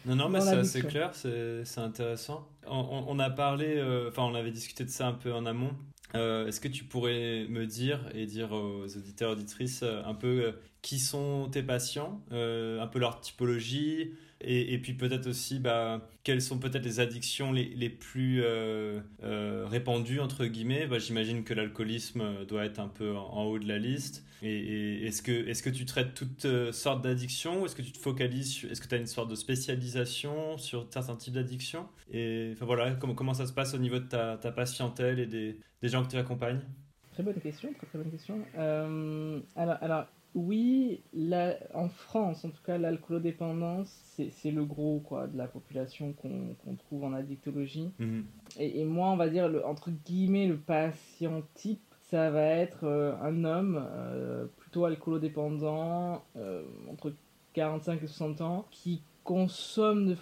Non, non, mais dans c'est assez l'addiction. clair, c'est, c'est intéressant. On, on- on a parlé, euh, enfin, on avait discuté de ça un peu en amont. Euh, est-ce que tu pourrais me dire et dire aux auditeurs, auditrices, euh, un peu euh, qui sont tes patients, euh, un peu leur typologie, et, et puis peut-être aussi bah, quelles sont peut-être les addictions les, les plus euh, euh, répandues, entre guillemets. Bah, j'imagine que l'alcoolisme euh, doit être un peu en, en haut de la liste. Et, et est-ce que, est-ce que tu traites toutes euh, sortes d'addictions ou est-ce que tu te focalises sur, est-ce que tu as une sorte de spécialisation sur certains types d'addictions? Et enfin voilà, comment, comment ça se passe au niveau de ta, ta patientèle et des, des gens que tu accompagnes? Très bonne question, très très bonne question. Euh, alors, alors, oui, la- en France, en tout cas, l'alcoolodépendance, c'est c'est le gros quoi, de la population qu'on qu'on trouve en addictologie. Mhm. Et, et moi, on va dire, le, entre guillemets, le patient type, ça va être euh, un homme euh, plutôt alcoolodépendant, euh, entre quarante-cinq et soixante ans, qui consomme de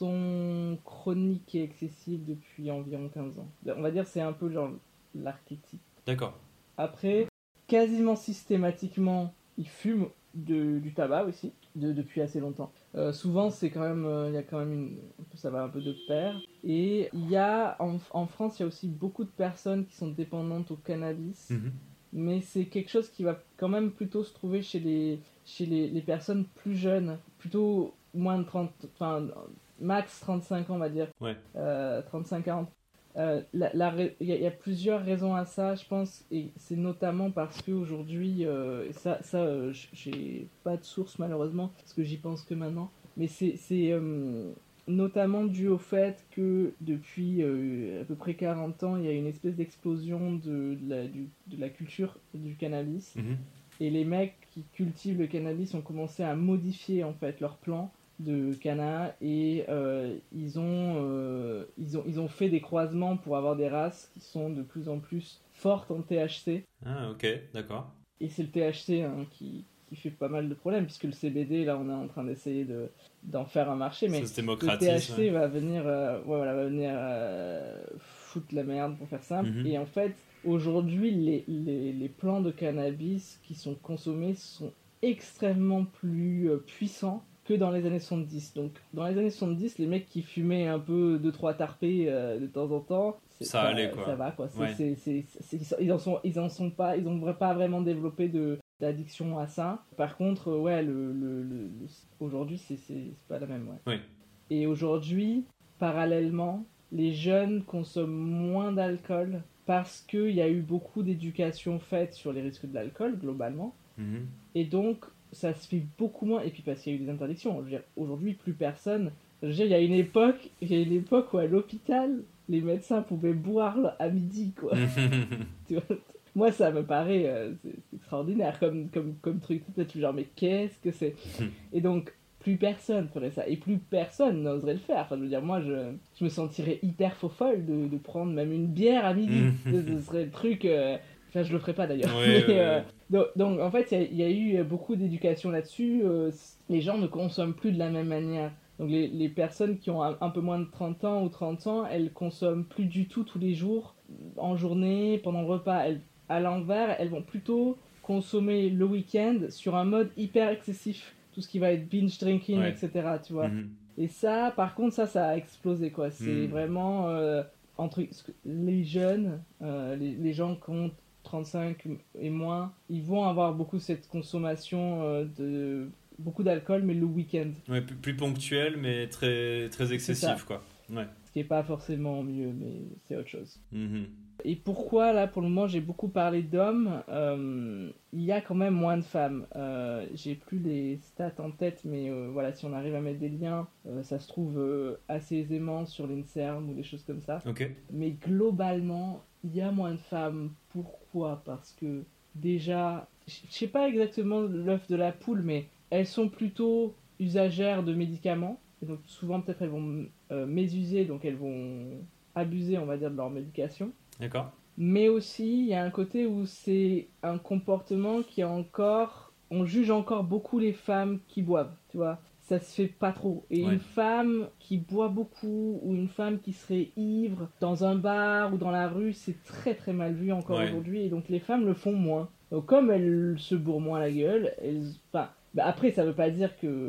façon chronique et excessive depuis environ quinze ans. On va dire c'est un peu genre l'archétype. D'accord. Après, quasiment systématiquement, il fume de- du tabac aussi, de- depuis assez longtemps. Euh, souvent, c'est quand même, euh, il y a quand même une, ça va un peu de pair. Et il y a, en, en France, il y a aussi beaucoup de personnes qui sont dépendantes au cannabis, Mhm. mais c'est quelque chose qui va quand même plutôt se trouver chez les, chez les, les personnes plus jeunes, plutôt moins de trente, enfin, max trente-cinq ans, on va dire, Ouais. euh, trente-cinq quarante. Euh, la- la ra- Il y, a- il y a plusieurs raisons à ça, je pense, et c'est notamment parce qu'aujourd'hui, euh, et ça, ça euh, j- j'ai pas de source malheureusement, parce que j'y pense que maintenant, mais c'est c'est, euh, notamment dû au fait que depuis euh, à peu près quarante ans, il y a une espèce d'explosion de, de la, du- de la culture du cannabis, Mhm. et les mecs qui cultivent le cannabis ont commencé à modifier en fait leur plan de canna et euh, ils, ont, euh, ils, ont, ils ont fait des croisements pour avoir des races qui sont de plus en plus fortes en T H C. Ah, ok, d'accord. Et c'est le T H C hein, qui, qui fait pas mal de problèmes, puisque le C B D, là, on est en train d'essayer de, d'en faire un marché, Ça mais se le démocratise, ouais. T H C va venir, euh, ouais, voilà, va venir euh, foutre la merde, pour faire simple. Mhm. Et en fait, aujourd'hui, les, les, les plants de cannabis qui sont consommés sont extrêmement plus euh, puissants que dans les années soixante-dix. Donc, dans les années soixante-dix, les mecs qui fumaient un peu deux trois tarpés euh, de temps en temps, c'est- Ça ça, allait, quoi. ça va quoi. C'est, Ouais. c'est, c'est, c'est- ils, sont- ils en sont, ils en sont pas, ils ont vra- pas vraiment développé de d'addiction à ça. Par contre, euh, ouais, le, le, le- le- aujourd'hui, c'est, c'est, c'est pas la même, ouais. Oui. Et aujourd'hui, parallèlement, les jeunes consomment moins d'alcool parce qu'il y a eu beaucoup d'éducation faite sur les risques de l'alcool, globalement. Mhm. Et donc, ça se fait beaucoup moins. Et puis parce qu'il y a eu des interdictions. Je veux dire, aujourd'hui, plus personne. Je veux dire, il y a une époque, il y a une époque où à l'hôpital, les médecins pouvaient boire à midi, quoi. Tu vois. Moi, ça me paraît euh, c'est, c'est extraordinaire comme, comme, comme truc. Peut-être genre, mais qu'est-ce que c'est? Et donc, plus personne ferait ça. Et plus personne n'oserait le faire. Enfin, je veux dire, moi, je, je me sentirais hyper faux folle de, de prendre même une bière à midi. ce, ce serait le truc. euh, Enfin, je le ferais pas d'ailleurs. Ouais, Mais, ouais, euh, ouais. donc, donc, en fait, il y, y a eu beaucoup d'éducation là-dessus. Euh, les gens ne consomment plus de la même manière. Donc, les, les personnes qui ont un, un peu moins de trente ans ou trente ans, elles consomment plus du tout tous les jours, en journée, pendant le repas. Elles, à l'envers, elles vont plutôt consommer le week-end sur un mode hyper excessif. Tout ce qui va être binge drinking, Ouais. et cetera. Tu vois. Mhm. Et ça, par contre, ça, ça a explosé, quoi. C'est Mm. vraiment euh, entre les jeunes, euh, les, les gens qui ont trente-cinq et moins, ils vont avoir beaucoup cette consommation euh, de beaucoup d'alcool, mais le week-end, Ouais, plus, plus ponctuel, mais très, très c'est ça. excessif, quoi. Ouais. Ce qui est pas forcément mieux, mais c'est autre chose. Mhm. Et pourquoi, là, pour le moment, j'ai beaucoup parlé d'hommes, euh, il y a quand même moins de femmes. Euh, j'ai plus les stats en tête, mais euh, voilà, si on arrive à mettre des liens, euh, ça se trouve euh, assez aisément sur l'INSERM ou des choses comme ça. Ok. Mais globalement, il y a moins de femmes. Pourquoi? Parce que déjà, je je sais pas exactement l'œuf de la poule, mais elles sont plutôt usagères de médicaments. Et donc souvent peut-être elles vont euh, mésuser, donc elles vont abuser, on va dire, de leur médication. D'accord. Mais aussi, il y a un côté où c'est un comportement qui est encore... On juge encore beaucoup les femmes qui boivent, tu vois. Ça se fait pas trop. Et Ouais. une femme qui boit beaucoup, ou une femme qui serait ivre dans un bar ou dans la rue, c'est très très mal vu encore Ouais. aujourd'hui. Et donc les femmes le font moins. Donc comme elles se bourrent moins la gueule, elles... Enfin, bah après, ça veut pas dire que tu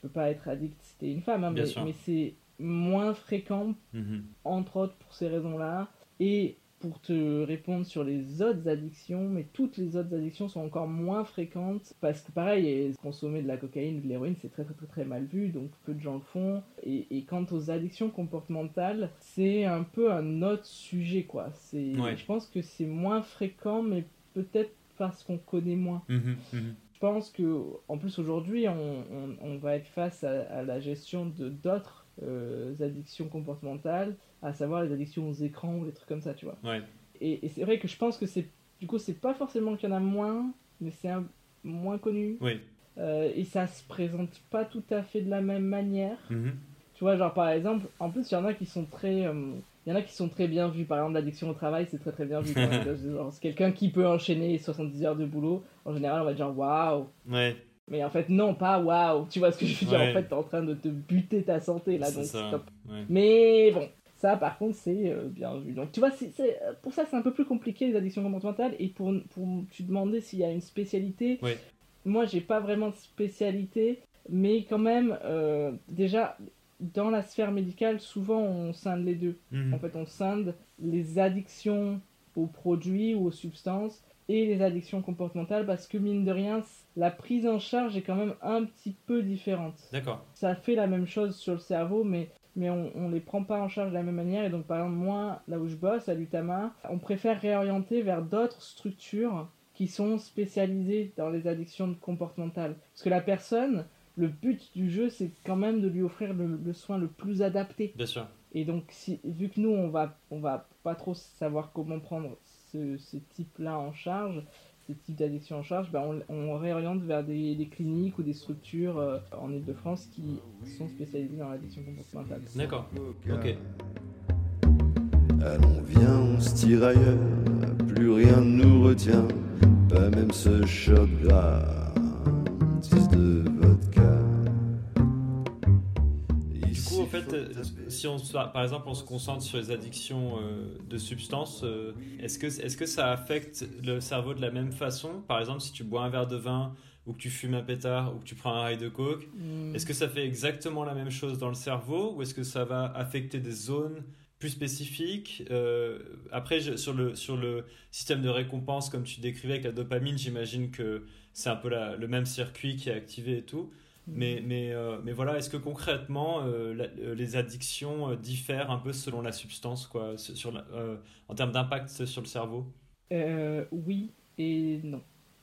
peux pas être addict si t'es une femme, hein, Bien mais, sûr. mais c'est moins fréquent, Mhm. entre autres pour ces raisons-là. Et pour te répondre sur les autres addictions, mais toutes les autres addictions sont encore moins fréquentes parce que pareil, et consommer de la cocaïne, de l'héroïne, c'est très très très très mal vu, donc peu de gens le font. Et, et quant aux addictions comportementales, c'est un peu un autre sujet, quoi. C'est, Ouais. je pense que c'est moins fréquent, mais peut-être parce qu'on connaît moins. Mhm. Mhm. Je pense que, en plus aujourd'hui, on, on, on va être face à, à la gestion de d'autres euh, addictions comportementales, à savoir les addictions aux écrans ou des trucs comme ça, tu vois. Ouais. Et, et c'est vrai que je pense que c'est, du coup, c'est pas forcément qu'il y en a moins, mais c'est un, moins connu. Oui. Euh, et ça se présente pas tout à fait de la même manière. Mhm. Tu vois, genre par exemple, en plus, il y en a qui sont très. euh, Il y en a qui sont très bien vus. Par exemple, l'addiction au travail, c'est très très bien vu. Quoi. Genre, c'est quelqu'un qui peut enchaîner soixante-dix heures de boulot. En général, on va dire waouh. Ouais. Mais en fait, non, pas waouh. Tu vois ce que je veux dire? Ouais. En fait, t'es en train de te buter ta santé là, C'est donc ça. stop. Ouais. Mais bon, ça par contre, c'est euh, bien vu. Donc tu vois, c'est, c'est- pour ça, c'est un peu plus compliqué les addictions comportementales. Et pour, pour tu demandais s'il y a une spécialité, Ouais. moi, j'ai pas vraiment de spécialité, mais quand même, euh, déjà, dans la sphère médicale, souvent on scinde les deux. Mhm. En fait, on scinde les addictions aux produits ou aux substances et les addictions comportementales parce que, mine de rien, la prise en charge est quand même un petit peu différente. D'accord. Ça fait la même chose sur le cerveau, mais, mais on, on les prend pas en charge de la même manière. Et donc, par exemple, moi, là où je bosse, à l'Utama, on préfère réorienter vers d'autres structures qui sont spécialisées dans les addictions comportementales. Parce que la personne, le but du jeu, c'est quand même de lui offrir le, le soin le plus adapté. Bien sûr. Et donc, si, vu que nous, on va, on va pas trop savoir comment prendre ce, ce type-là en charge, ce type d'addiction en charge, ben on, on réoriente vers des, des cliniques ou des structures euh, en Ile-de-France qui sont spécialisées dans l'addiction comportementale. D'accord. Coca. Ok. Allons, viens, on se tire ailleurs, plus rien ne nous retient, pas même ce shot gratis de vodka. Du coup, en fait, euh, si on, se- par exemple, on se concentre sur les addictions euh, de substances, euh, est-ce que, est-ce que ça affecte le cerveau de la même façon? Par exemple, si tu bois un verre de vin, ou que tu fumes un pétard, ou que tu prends un rail de coke, Mm. est-ce que ça fait exactement la même chose dans le cerveau, ou est-ce que ça va affecter des zones plus spécifiques? Euh, Après, je- sur le, sur le système de récompense, comme tu décrivais avec la dopamine, j'imagine que c'est un peu la- le même circuit qui est activé et tout. Mais, mais, euh, mais voilà, est-ce que concrètement, euh, la- euh, les addictions euh, diffèrent un peu selon la substance, quoi, sur sur la- euh, en termes d'impact sur le cerveau? Euh, oui et non.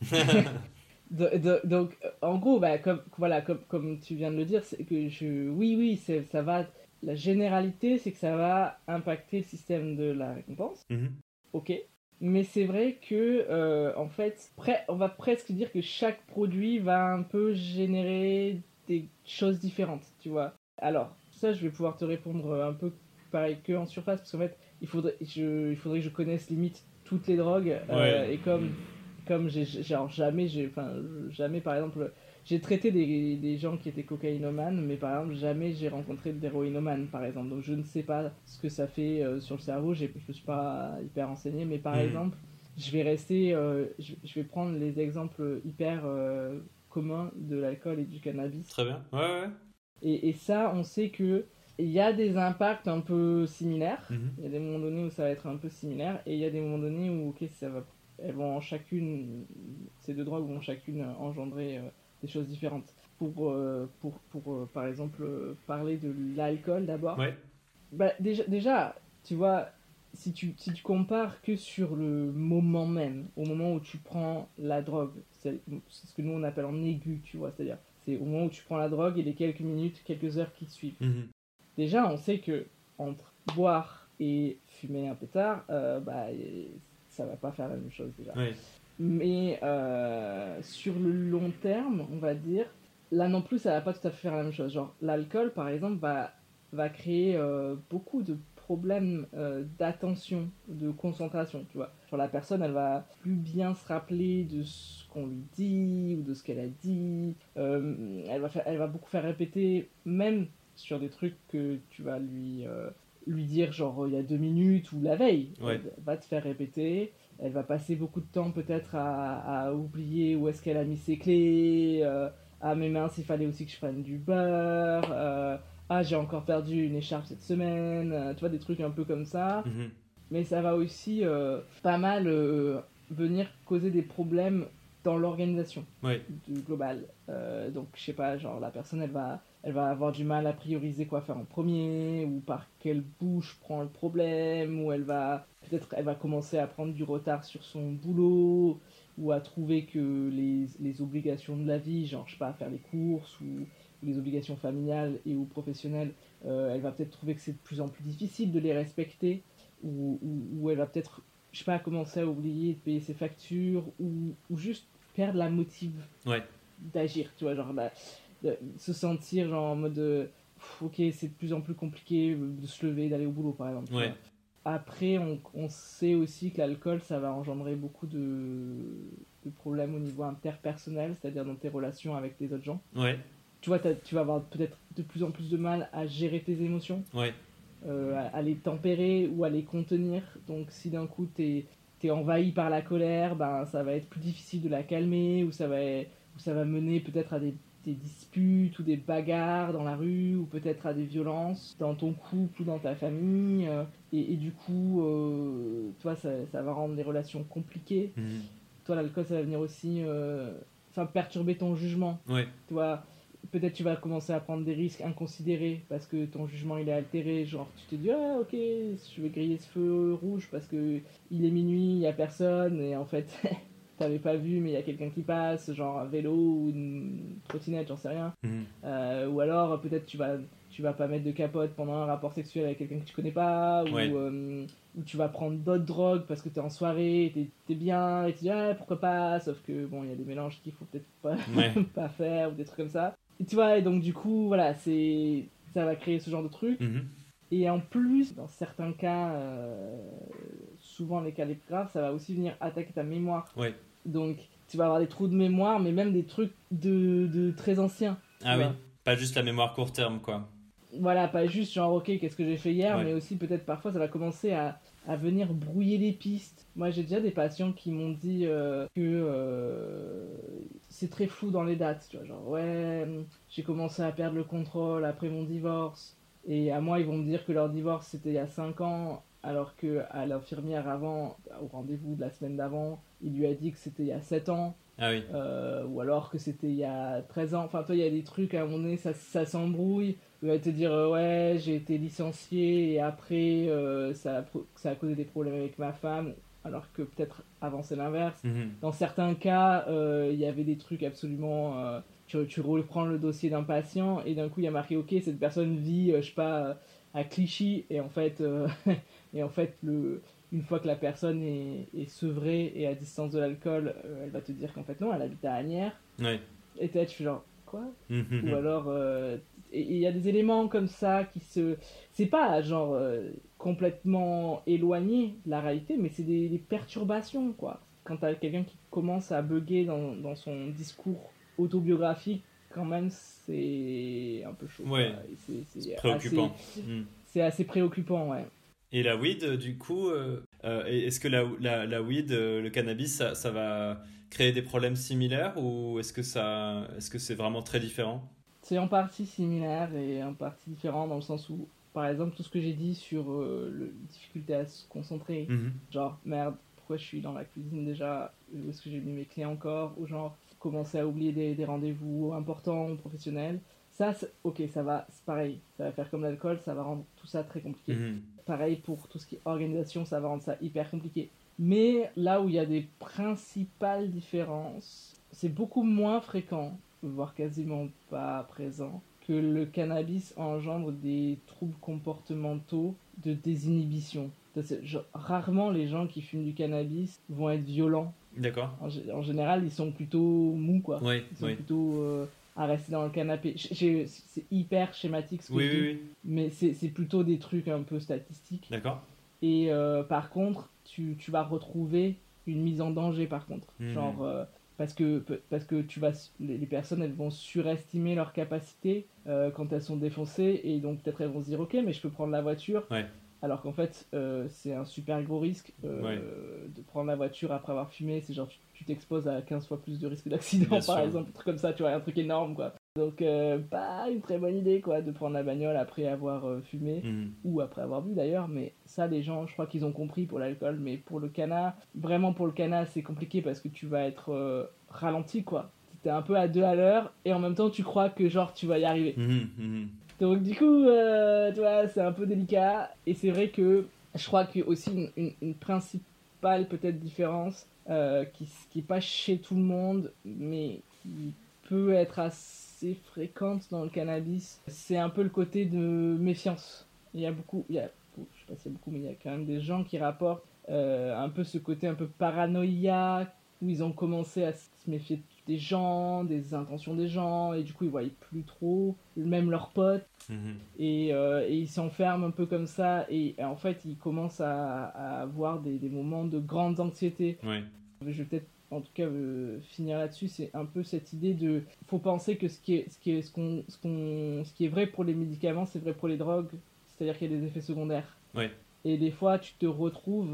Do- do- Donc, euh, en gros, bah, comme, voilà, comme, comme tu viens de le dire, c'est que je, oui, oui, c'est, ça va. La généralité, c'est que ça va impacter le système de la récompense. Mhm. Ok. Mais c'est vrai que, euh, en fait, pre- on va presque dire que chaque produit va un peu générer des choses différentes, tu vois. Alors, ça, je vais pouvoir te répondre un peu pareil que en surface, parce qu'en fait, il faudrait, je, il faudrait que je connaisse limite toutes les drogues. euh, Ouais. et comme, comme j'ai, genre, jamais, j'ai, enfin, jamais, par exemple, j'ai traité des, des gens qui étaient cocaïnomanes, mais par exemple, jamais j'ai rencontré d'héroïnomanes, par exemple. Donc, je ne sais pas ce que ça fait euh, sur le cerveau. J'ai, je ne suis pas hyper renseigné, mais par Mhm. exemple, je vais rester, euh, je, je vais prendre les exemples hyper euh, communs de l'alcool et du cannabis. Très bien. Ouais, ouais. Et, et ça, on sait que il y a des impacts un peu similaires. Mhm. Il y a des moments donnés où ça va être un peu similaire, et il y a des moments donnés où, ok, ça va, elles vont chacune, ces deux drogues vont chacune engendrer euh, des choses différentes. Pour, euh, pour, pour euh, par exemple, euh, parler de l'alcool d'abord. Ouais. Bah, déjà, déjà, tu vois, si tu, si tu compares que sur le moment même, au moment où tu prends la drogue, c'est c'est ce que nous on appelle en aigu, tu vois, c'est-à-dire, c'est au moment où tu prends la drogue et les quelques minutes, quelques heures qui suivent. Mhm. Déjà, on sait que entre boire et fumer un pétard, euh, bah, ça va pas faire la même chose déjà. Ouais. Mais euh, sur le long terme, on va dire, là non plus, ça va pas tout à fait faire la même chose. Genre, l'alcool, par exemple, va, va créer euh, beaucoup de problèmes euh, d'attention, de concentration, tu vois. Genre, la personne, elle va plus bien se rappeler de ce qu'on lui dit ou de ce qu'elle a dit. Euh, elle, va faire, elle va beaucoup faire répéter, même sur des trucs que tu vas lui, euh, lui dire, genre, il y a deux minutes ou la veille. Ouais. Elle va te faire répéter. Elle va passer beaucoup de temps peut-être à, à oublier où est-ce qu'elle a mis ses clés, euh, ah mais mince, il fallait aussi que je prenne du beurre, euh, ah j'ai encore perdu une écharpe cette semaine, euh, tu vois, des trucs un peu comme ça. Mhm. Mais ça va aussi euh, pas mal euh, venir causer des problèmes dans l'organisation Ouais. du global. Euh, donc je sais pas, genre la personne elle va, elle va avoir du mal à prioriser quoi faire en premier, ou par quelle bouche prend le problème, ou elle va peut-être elle va commencer à prendre du retard sur son boulot, ou à trouver que les, les obligations de la vie, genre je sais pas, faire les courses, ou les obligations familiales et ou professionnelles, euh, elle va peut-être trouver que c'est de plus en plus difficile de les respecter, ou, ou, ou elle va peut-être, je sais pas, commencer à oublier de payer ses factures, ou, ou juste perdre la motive Ouais. d'agir, tu vois, genre la- de se sentir genre en mode euh, pff, ok, c'est de plus en plus compliqué de se lever, d'aller au boulot par exemple. Tu Ouais. vois. Après, on, on sait aussi que l'alcool, ça va engendrer beaucoup de, de problèmes au niveau interpersonnel, c'est-à-dire dans tes relations avec les autres gens. Ouais. Tu vois, t'as- tu vas avoir peut-être de plus en plus de mal à gérer tes émotions, Ouais. euh, à, à les tempérer ou à les contenir. Donc si d'un coup t'es es envahi par la colère, ben ça va être plus difficile de la calmer, ou ça va, ou ça va mener peut-être à des, des disputes ou des bagarres dans la rue, ou peut-être à des violences dans ton couple ou dans ta famille. euh, et, et du coup, euh, toi, ça, ça va rendre les relations compliquées. Mhm. Toi, l'alcool, ça va venir aussi euh, enfin, perturber ton jugement. Ouais. Tu vois, peut-être tu vas commencer à prendre des risques inconsidérés parce que ton jugement il est altéré. Genre, tu te dis, ah ok, je vais griller ce feu rouge parce que il est minuit, il y a personne, et en fait, t'avais pas vu, mais il y a quelqu'un qui passe, genre un vélo ou une trottinette, j'en sais rien. Mhm. Euh, ou alors, peut-être tu vas, tu vas pas mettre de capote pendant un rapport sexuel avec quelqu'un que tu connais pas, ou, Ouais. euh, ou tu vas prendre d'autres drogues parce que t'es en soirée, t'es, t'es bien, et tu dis, ah, pourquoi pas, sauf que bon, il y a des mélanges qu'il faut peut-être pas, Ouais. pas faire, ou des trucs comme ça. Et tu vois, et donc du coup, voilà, c'est, ça va créer ce genre de truc. Mhm. Et en plus, dans certains cas, euh, souvent les cas les plus graves, ça va aussi venir attaquer ta mémoire. Ouais. Donc, tu vas avoir des trous de mémoire, mais même des trucs de, de très anciens. tu Ah oui. vois. Pas juste la mémoire court terme, quoi. Voilà, pas juste genre, ok, qu'est-ce que j'ai fait hier, Ouais. mais aussi peut-être parfois ça va commencer à, à venir brouiller les pistes. Moi, j'ai déjà des patients qui m'ont dit euh, que euh, c'est très flou dans les dates. Tu vois, genre, ouais, j'ai commencé à perdre le contrôle après mon divorce. Et à moi, ils vont me dire que leur divorce c'était il y a cinq ans, alors que à l'infirmière avant, au rendez-vous de la semaine d'avant, il lui a dit que c'était il y a sept ans. Ah oui. Euh, ou alors que c'était il y a treize ans. Enfin, toi, il y a des trucs, à un moment donné, ça, ça s'embrouille. Il va te dire, euh, ouais, j'ai été licencié et après, euh, ça, a, pro- ça a causé des problèmes avec ma femme. Alors que peut-être avant, c'est l'inverse. Mhm. Dans certains cas, euh, il y avait des trucs absolument... euh, tu, tu reprends le dossier d'un patient et d'un coup, il y a marqué, ok, cette personne vit, euh, je sais pas, euh, à Clichy. Et en fait, euh, et en fait le, une fois que la personne est, est sevrée et à distance de l'alcool, euh, elle va te dire qu'en fait, non, elle habite à Asnières. Ouais. Et t'es là, tu fais genre, quoi? Mhm. Ou alors, euh, et il y a des éléments comme ça qui se. C'est pas genre euh, complètement éloigné de la réalité, mais c'est des, des perturbations, quoi. Quand t'as quelqu'un qui commence à bugger dans, dans son discours autobiographique, quand même, c'est un peu chaud. quoi. Ouais. Et c'est, c'est Préoccupant. assez- Mhm. c'est assez préoccupant, ouais. Et la weed, euh, du coup, euh, euh, est-ce que la, la, la weed, euh, le cannabis, ça, ça va créer des problèmes similaires ou est-ce que ça, est-ce que c'est vraiment très différent? C'est en partie similaire et en partie différent dans le sens où, par exemple, tout ce que j'ai dit sur euh, le difficulté à se concentrer, Mhm. genre merde, pourquoi je suis dans la cuisine déjà, où est-ce que j'ai mis mes clés encore, ou genre commencer à oublier des, des rendez-vous importants ou professionnels. Ça, c'est- ok, ça va, c'est pareil, ça va faire comme l'alcool, ça va rendre tout ça très compliqué. Mhm. Pareil pour tout ce qui est organisation, ça va rendre ça hyper compliqué. Mais là où il y a des principales différences, c'est beaucoup moins fréquent, voire quasiment pas présent, que le cannabis engendre des troubles comportementaux de désinhibition. C'est- genre, rarement les gens qui fument du cannabis vont être violents. D'accord. En, gé- en général, ils sont plutôt mous, quoi. Oui, Ils sont oui. plutôt euh, à rester dans le canapé. J'ai- j'ai- C'est hyper schématique ce que Oui, je dis, oui, oui. mais c'est c'est plutôt des trucs un peu statistiques. D'accord. Et euh, par contre, tu, tu vas retrouver une mise en danger, par contre. Mhm. Genre, euh, parce que, parce que tu vas, les les personnes, elles vont surestimer leurs capacités euh, quand elles sont défoncées, et donc peut-être elles vont se dire, ok, mais je peux prendre la voiture. Ouais. Alors qu'en fait, euh, c'est un super gros risque euh, Ouais. de prendre la voiture après avoir fumé. C'est genre, tu, tu t'exposes à quinze fois plus de risque d'accident, Bien par sûr. exemple, un truc comme ça, tu vois, un truc énorme, quoi. Donc, euh, pas une très bonne idée, quoi, de prendre la bagnole après avoir euh, fumé, Mhm. ou après avoir bu d'ailleurs. Mais ça, les gens, je crois qu'ils ont compris pour l'alcool. Mais pour le canna, vraiment pour le canna, c'est compliqué parce que tu vas être euh, ralenti, quoi. T'es un peu à deux à l'heure, et en même temps, tu crois que, genre, tu vas y arriver. Mhm. Mhm. Donc du coup, euh, tu vois, c'est un peu délicat. Et c'est vrai que je crois qu'il y a aussi une, une, une principale peut-être différence euh, qui qui est pas chez tout le monde, mais qui peut être assez fréquente dans le cannabis. C'est un peu le côté de méfiance. Il y a beaucoup, il y a, je sais pas s'il y a beaucoup, mais il y a quand même des gens qui rapportent euh, un peu ce côté un peu paranoïaque, où ils ont commencé à se méfier des gens, des intentions des gens, et du coup ils voyaient plus trop, même leurs potes, Mhm. et, euh, et ils s'enferment un peu comme ça, et, et en fait ils commencent à, à avoir des, des moments de grande anxiété. Ouais. Je vais peut-être en tout cas euh, finir là-dessus, c'est un peu cette idée de, faut penser que ce qui est, ce qui est, ce qu'on, ce qu'on, ce qui est vrai pour les médicaments, c'est vrai pour les drogues, c'est-à-dire qu'il y a des effets secondaires. Ouais. Et des fois, tu te retrouves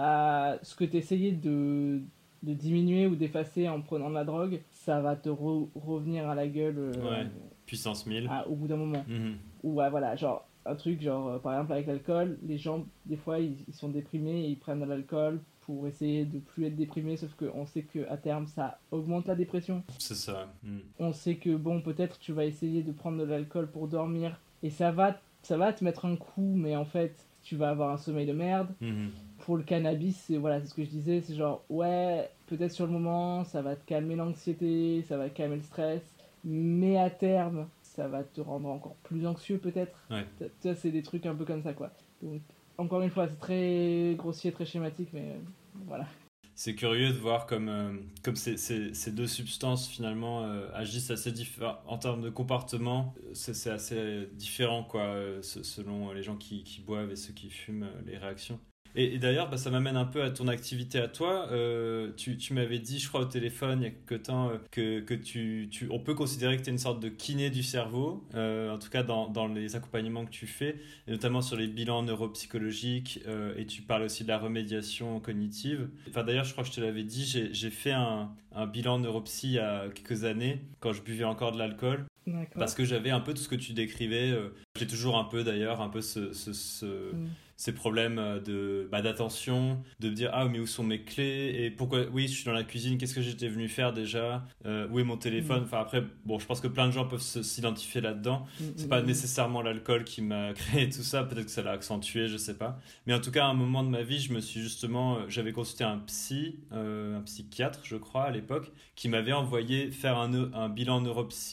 à ce que tu essayais de, de diminuer ou d'effacer en prenant de la drogue, ça va te re- revenir à la gueule euh, Ouais. Puissance mille. à- au bout d'un moment. Mhm. Ou ouais, voilà, genre un truc, genre euh, par exemple avec l'alcool, les gens, des fois, ils, ils sont déprimés et ils prennent de l'alcool pour essayer de plus être déprimés, sauf qu'on sait qu'à terme, ça augmente la dépression. C'est ça. Mhm. On sait que, bon, peut-être tu vas essayer de prendre de l'alcool pour dormir et ça va, ça va te mettre un coup, mais en fait, tu vas avoir un sommeil de merde. Mhm. Pour le cannabis, c'est voilà, c'est ce que je disais, c'est genre, ouais, peut-être sur le moment, ça va te calmer l'anxiété, ça va calmer le stress, mais à terme, ça va te rendre encore plus anxieux peut-être. Ouais. Ça, c'est des trucs un peu comme ça, quoi. Donc, encore une fois, c'est très grossier, très schématique, mais euh, voilà. C'est curieux de voir comme, euh, comme ces, ces, ces deux substances finalement euh, agissent assez différents en termes de comportement. C'est, c'est assez différent quoi, euh, selon les gens qui, qui boivent et ceux qui fument, euh, les réactions. Et, et d'ailleurs, bah, ça m'amène un peu à ton activité à toi. Euh, tu, tu m'avais dit, je crois, au téléphone il y a quelque temps, euh, que, que tu, tu, on peut considérer que tu es une sorte de kiné du cerveau, euh, en tout cas dans, dans les accompagnements que tu fais, et notamment sur les bilans neuropsychologiques, euh, et tu parles aussi de la remédiation cognitive. Enfin, d'ailleurs, je crois que je te l'avais dit, j'ai, j'ai fait un, un bilan neuropsy il y a quelques années, quand je buvais encore de l'alcool. D'accord. Parce que j'avais un peu tout ce que tu décrivais. euh, J'ai toujours un peu d'ailleurs, un peu ce, ce, ce, Mm. ces problèmes de, bah, d'attention, de me dire ah mais où sont mes clés et pourquoi, oui je suis dans la cuisine, qu'est-ce que j'étais venu faire déjà, euh, où est mon téléphone, Mm. enfin après bon je pense que plein de gens peuvent se, s'identifier là-dedans. Mm, C'est mm, pas mm. nécessairement l'alcool qui m'a créé tout ça, peut-être que ça l'a accentué, je sais pas. Mais en tout cas à un moment de ma vie je me suis justement, euh, j'avais consulté un psy, euh, un psychiatre je crois à l'époque, qui m'avait envoyé faire un, neu- un bilan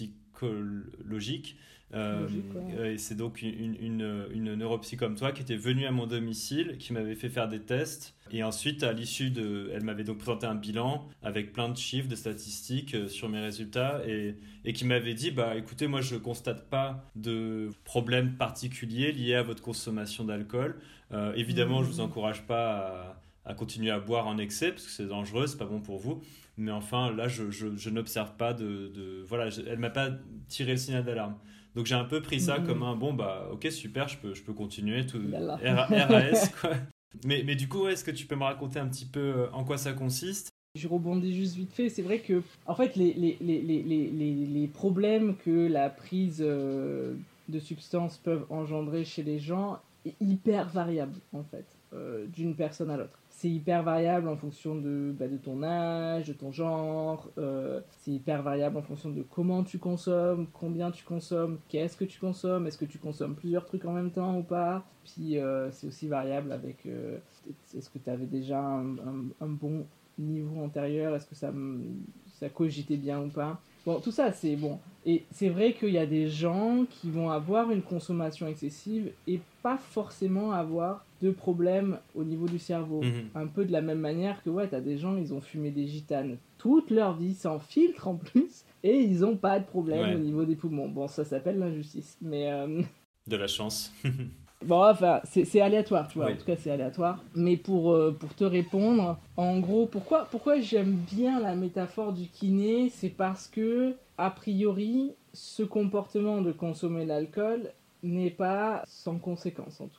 neuropsychologique. Euh, Logique, ouais. euh, et c'est donc une, une, une neuropsy comme toi qui était venue à mon domicile, qui m'avait fait faire des tests. Et ensuite, à l'issue de... Elle m'avait donc présenté un bilan avec plein de chiffres, de statistiques euh, sur mes résultats et, et qui m'avait dit, bah écoutez, moi je constate pas de problème particulier lié à votre consommation d'alcool. Euh, évidemment, Mmh. je vous encourage pas à, à continuer à boire en excès parce que c'est dangereux, c'est pas bon pour vous. Mais enfin, là, je, je, je n'observe pas de... de voilà, je, elle m'a pas tiré le signal d'alarme. Donc j'ai un peu pris ça Mhm. comme un bon bah ok super, je peux je peux continuer tout Yallah. R A S quoi. Mais mais du coup ouais, est-ce que tu peux me raconter un petit peu euh, en quoi ça consiste? Je rebondis juste vite fait, c'est vrai que en fait les, les, les, les, les, les, les problèmes que la prise euh, de substances peuvent engendrer chez les gens est hyper variable en fait, euh, d'une personne à l'autre. C'est hyper variable en fonction de, bah, de ton âge, de ton genre, euh, c'est hyper variable en fonction de comment tu consommes, combien tu consommes, qu'est-ce que tu consommes, est-ce que tu consommes plusieurs trucs en même temps ou pas. Puis euh, c'est aussi variable avec, euh, est-ce que tu avais déjà un, un, un bon niveau antérieur, est-ce que ça, ça cogitait bien ou pas. Bon, tout ça, c'est bon. Et c'est vrai qu'il y a des gens qui vont avoir une consommation excessive et pas forcément avoir de problème au niveau du cerveau. Mhm. Un peu de la même manière que, ouais, t'as des gens, ils ont fumé des gitanes toute leur vie, sans filtre en plus, et ils ont pas de problème Ouais. au niveau des poumons. Bon, ça s'appelle l'injustice, mais... Euh... De la chance. Bon, enfin, c'est, c'est aléatoire, tu vois, Oui. en tout cas, c'est aléatoire. Mais pour, euh, pour te répondre, en gros, pourquoi, pourquoi j'aime bien la métaphore du kiné, c'est parce que, a priori, ce comportement de consommer l'alcool n'est pas sans conséquence, en tout cas.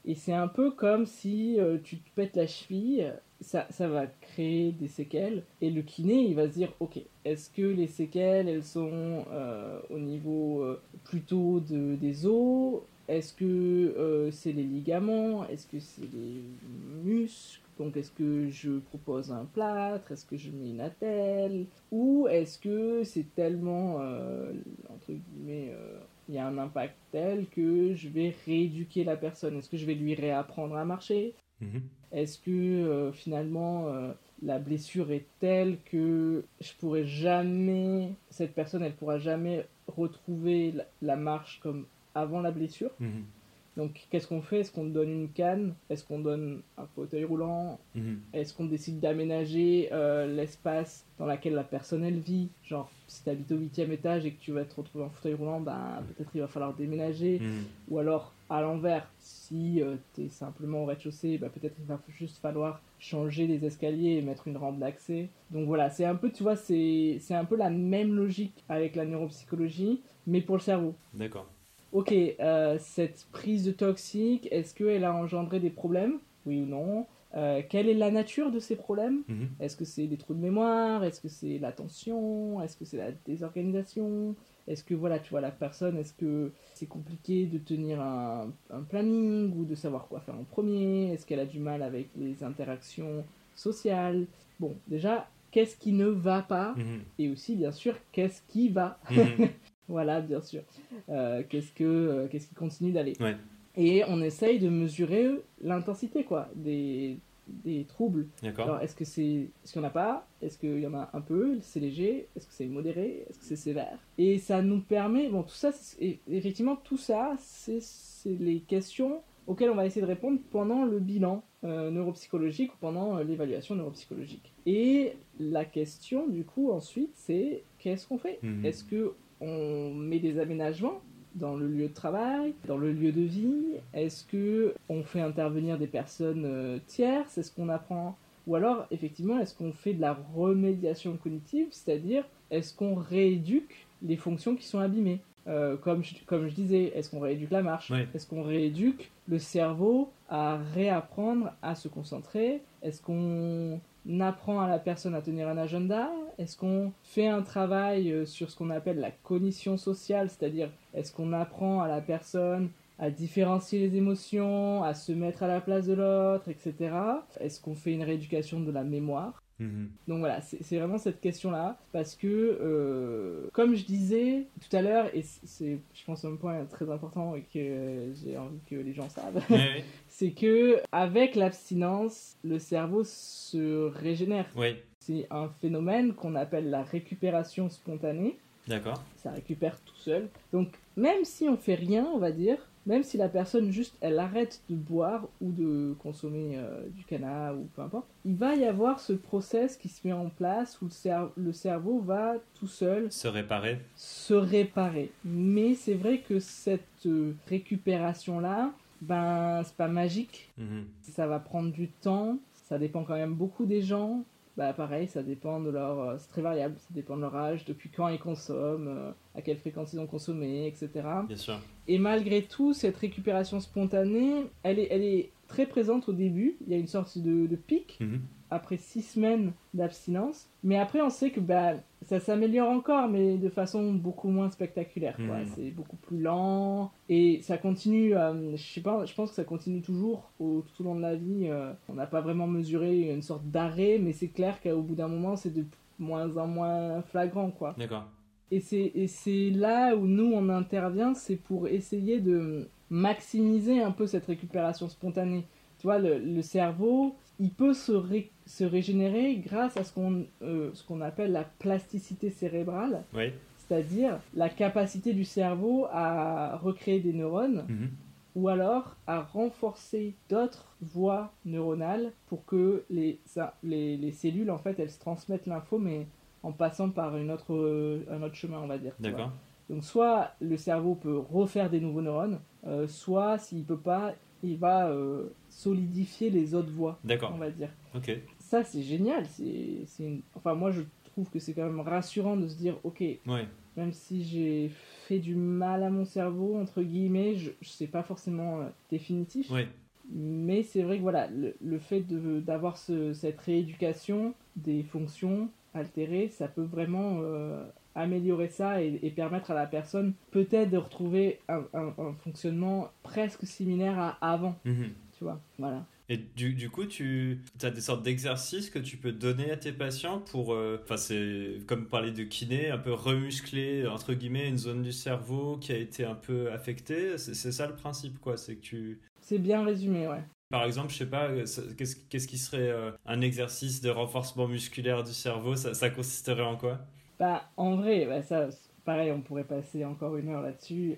Et c'est un peu comme si euh, tu te pètes la cheville, ça, ça va créer des séquelles. Et le kiné, il va se dire, ok, est-ce que les séquelles, elles sont euh, au niveau euh, plutôt de, des os? Est-ce que euh, c'est les ligaments? Est-ce que c'est les muscles? Donc est-ce que je propose un plâtre? Est-ce que je mets une attelle? Ou est-ce que c'est tellement, euh, entre guillemets, euh, il y a un impact tel que je vais rééduquer la personne? Est-ce que je vais lui réapprendre à marcher? Mhm. Est-ce que euh, finalement euh, la blessure est telle que je pourrais jamais, cette personne elle pourra jamais retrouver la, la marche comme avant la blessure? Mhm. Donc qu'est-ce qu'on fait? Est-ce qu'on donne une canne? Est-ce qu'on donne un fauteuil roulant? Mhm. Est-ce qu'on décide d'aménager euh, l'espace dans lequel la personne elle vit? Genre si tu habites au huitième étage et que tu vas te retrouver en fauteuil roulant, ben, peut-être il va falloir déménager. Mhm. Ou alors à l'envers, si euh, tu es simplement au rez-de-chaussée, ben, peut-être il va juste falloir changer les escaliers et mettre une rampe d'accès. Donc voilà, c'est un peu, tu vois, c'est, c'est un peu la même logique avec la neuropsychologie, mais pour le cerveau. D'accord. Ok, euh, cette prise de toxique, est-ce qu'elle a engendré des problèmes? Oui ou non? Euh, quelle est la nature de ces problèmes? Mhm. Est-ce que c'est des trous de mémoire? Est-ce que c'est la tension? Est-ce que c'est la désorganisation? Est-ce que, voilà, tu vois, la personne, est-ce que c'est compliqué de tenir un, un planning ou de savoir quoi faire en premier? Est-ce qu'elle a du mal avec les interactions sociales? Bon, déjà, qu'est-ce qui ne va pas? Mhm. Et aussi, bien sûr, qu'est-ce qui va? Mhm. Voilà, bien sûr. Euh, qu'est-ce que euh, qu'est-ce qui continue d'aller? Ouais. Et on essaye de mesurer l'intensité, quoi, des, des troubles. D'accord. Alors, est-ce que c'est, est-ce qu'il n'y en a pas? Est-ce qu'il y en a un peu? C'est léger? Est-ce que c'est modéré? Est-ce que c'est sévère? Et ça nous permet, bon, tout ça, c'est- et effectivement, tout ça, c'est, c'est les questions auxquelles on va essayer de répondre pendant le bilan euh, neuropsychologique ou pendant euh, l'évaluation neuropsychologique. Et la question, du coup, ensuite, c'est qu'est-ce qu'on fait? Mhm. Est-ce que on met des aménagements dans le lieu de travail, dans le lieu de vie? Est-ce que on fait intervenir des personnes euh, tierces? Est-ce qu'on apprend? Ou alors, effectivement, est-ce qu'on fait de la remédiation cognitive? C'est-à-dire, est-ce qu'on rééduque les fonctions qui sont abîmées? Euh, comme, je, comme je disais, est-ce qu'on rééduque la marche? Oui. Est-ce qu'on rééduque le cerveau à réapprendre à se concentrer? Est-ce qu'on apprend à la personne à tenir un agenda? Est-ce qu'on fait un travail euh, sur ce qu'on appelle la cognition sociale? C'est-à-dire, est-ce qu'on apprend à la personne à différencier les émotions, à se mettre à la place de l'autre, et cetera. Est-ce qu'on fait une rééducation de la mémoire? Mhm. Donc voilà, c'est c'est vraiment cette question-là, parce que, euh, comme je disais tout à l'heure, et c'est- c'est, je pense, un point très important et que euh, j'ai envie que les gens savent, Oui, oui. c'est que avec l'abstinence, le cerveau se régénère. Oui. C'est un phénomène qu'on appelle la récupération spontanée. D'accord. Ça récupère tout seul. Donc, même si on fait rien, on va dire, même si la personne juste elle arrête de boire ou de consommer euh, du cannabis ou peu importe, il va y avoir ce process qui se met en place où le, cer- le cerveau va tout seul Se réparer. se réparer. Mais c'est vrai que cette euh, récupération-là, ben, c'est pas magique. Mhm. Ça va prendre du temps. Ça dépend quand même beaucoup des gens. Bah pareil, ça dépend de leur... euh, c'est très variable. Ça dépend de leur âge, depuis quand ils consomment, euh, à quelle fréquence ils ont consommé, et cetera. Bien sûr. Et malgré tout, cette récupération spontanée, elle est, elle est très présente au début. Il y a une sorte de, de pic Mhm. après six semaines d'abstinence. Mais après, on sait que bah, ça s'améliore encore, mais de façon beaucoup moins spectaculaire, quoi. Mhm. C'est beaucoup plus lent. Et ça continue, euh, je sais pas, je pense que ça continue toujours au, tout au long de la vie. euh, on n'a pas vraiment mesuré une sorte d'arrêt, mais c'est clair qu'au bout d'un moment, c'est de moins en moins flagrant, quoi. D'accord. Et c'est, et c'est là où nous, on intervient, c'est pour essayer de maximiser un peu cette récupération spontanée. Tu vois, le, le cerveau, il peut se, ré- se régénérer grâce à ce qu'on, euh, ce qu'on appelle la plasticité cérébrale, Oui. c'est-à-dire la capacité du cerveau à recréer des neurones Mhm. ou alors à renforcer d'autres voies neuronales pour que les, ça, les, les cellules, en fait, elles se transmettent l'info, mais en passant par une autre, euh, un autre chemin, on va dire. tu vois. D'accord. Donc soit le cerveau peut refaire des nouveaux neurones, euh, soit s'il peut pas, il va euh, solidifier les autres voies, D'accord. on va dire. Ok. Ça, c'est génial. C'est, c'est une... Enfin, moi, je trouve que c'est quand même rassurant de se dire, ok, Ouais. même si j'ai fait du mal à mon cerveau, entre guillemets, je, je sais pas forcément euh, définitif. Ouais. Mais c'est vrai que voilà, le, le fait de, d'avoir ce, cette rééducation des fonctions altérées, ça peut vraiment euh, améliorer ça et, et permettre à la personne peut-être de retrouver un, un, un fonctionnement presque similaire à avant. Mhm. Tu vois, voilà. Et du, du coup, tu as des sortes d'exercices que tu peux donner à tes patients pour, enfin, euh, c'est comme parler de kiné, un peu remuscler, entre guillemets, une zone du cerveau qui a été un peu affectée. C'est, c'est ça le principe, quoi. C'est que tu... C'est bien résumé, ouais. Par exemple, je sais pas, qu'est-ce, qu'est-ce qui serait euh, un exercice de renforcement musculaire du cerveau, ça, ça consisterait en quoi? Bah, en vrai, bah, ça, pareil, on pourrait passer encore une heure là-dessus.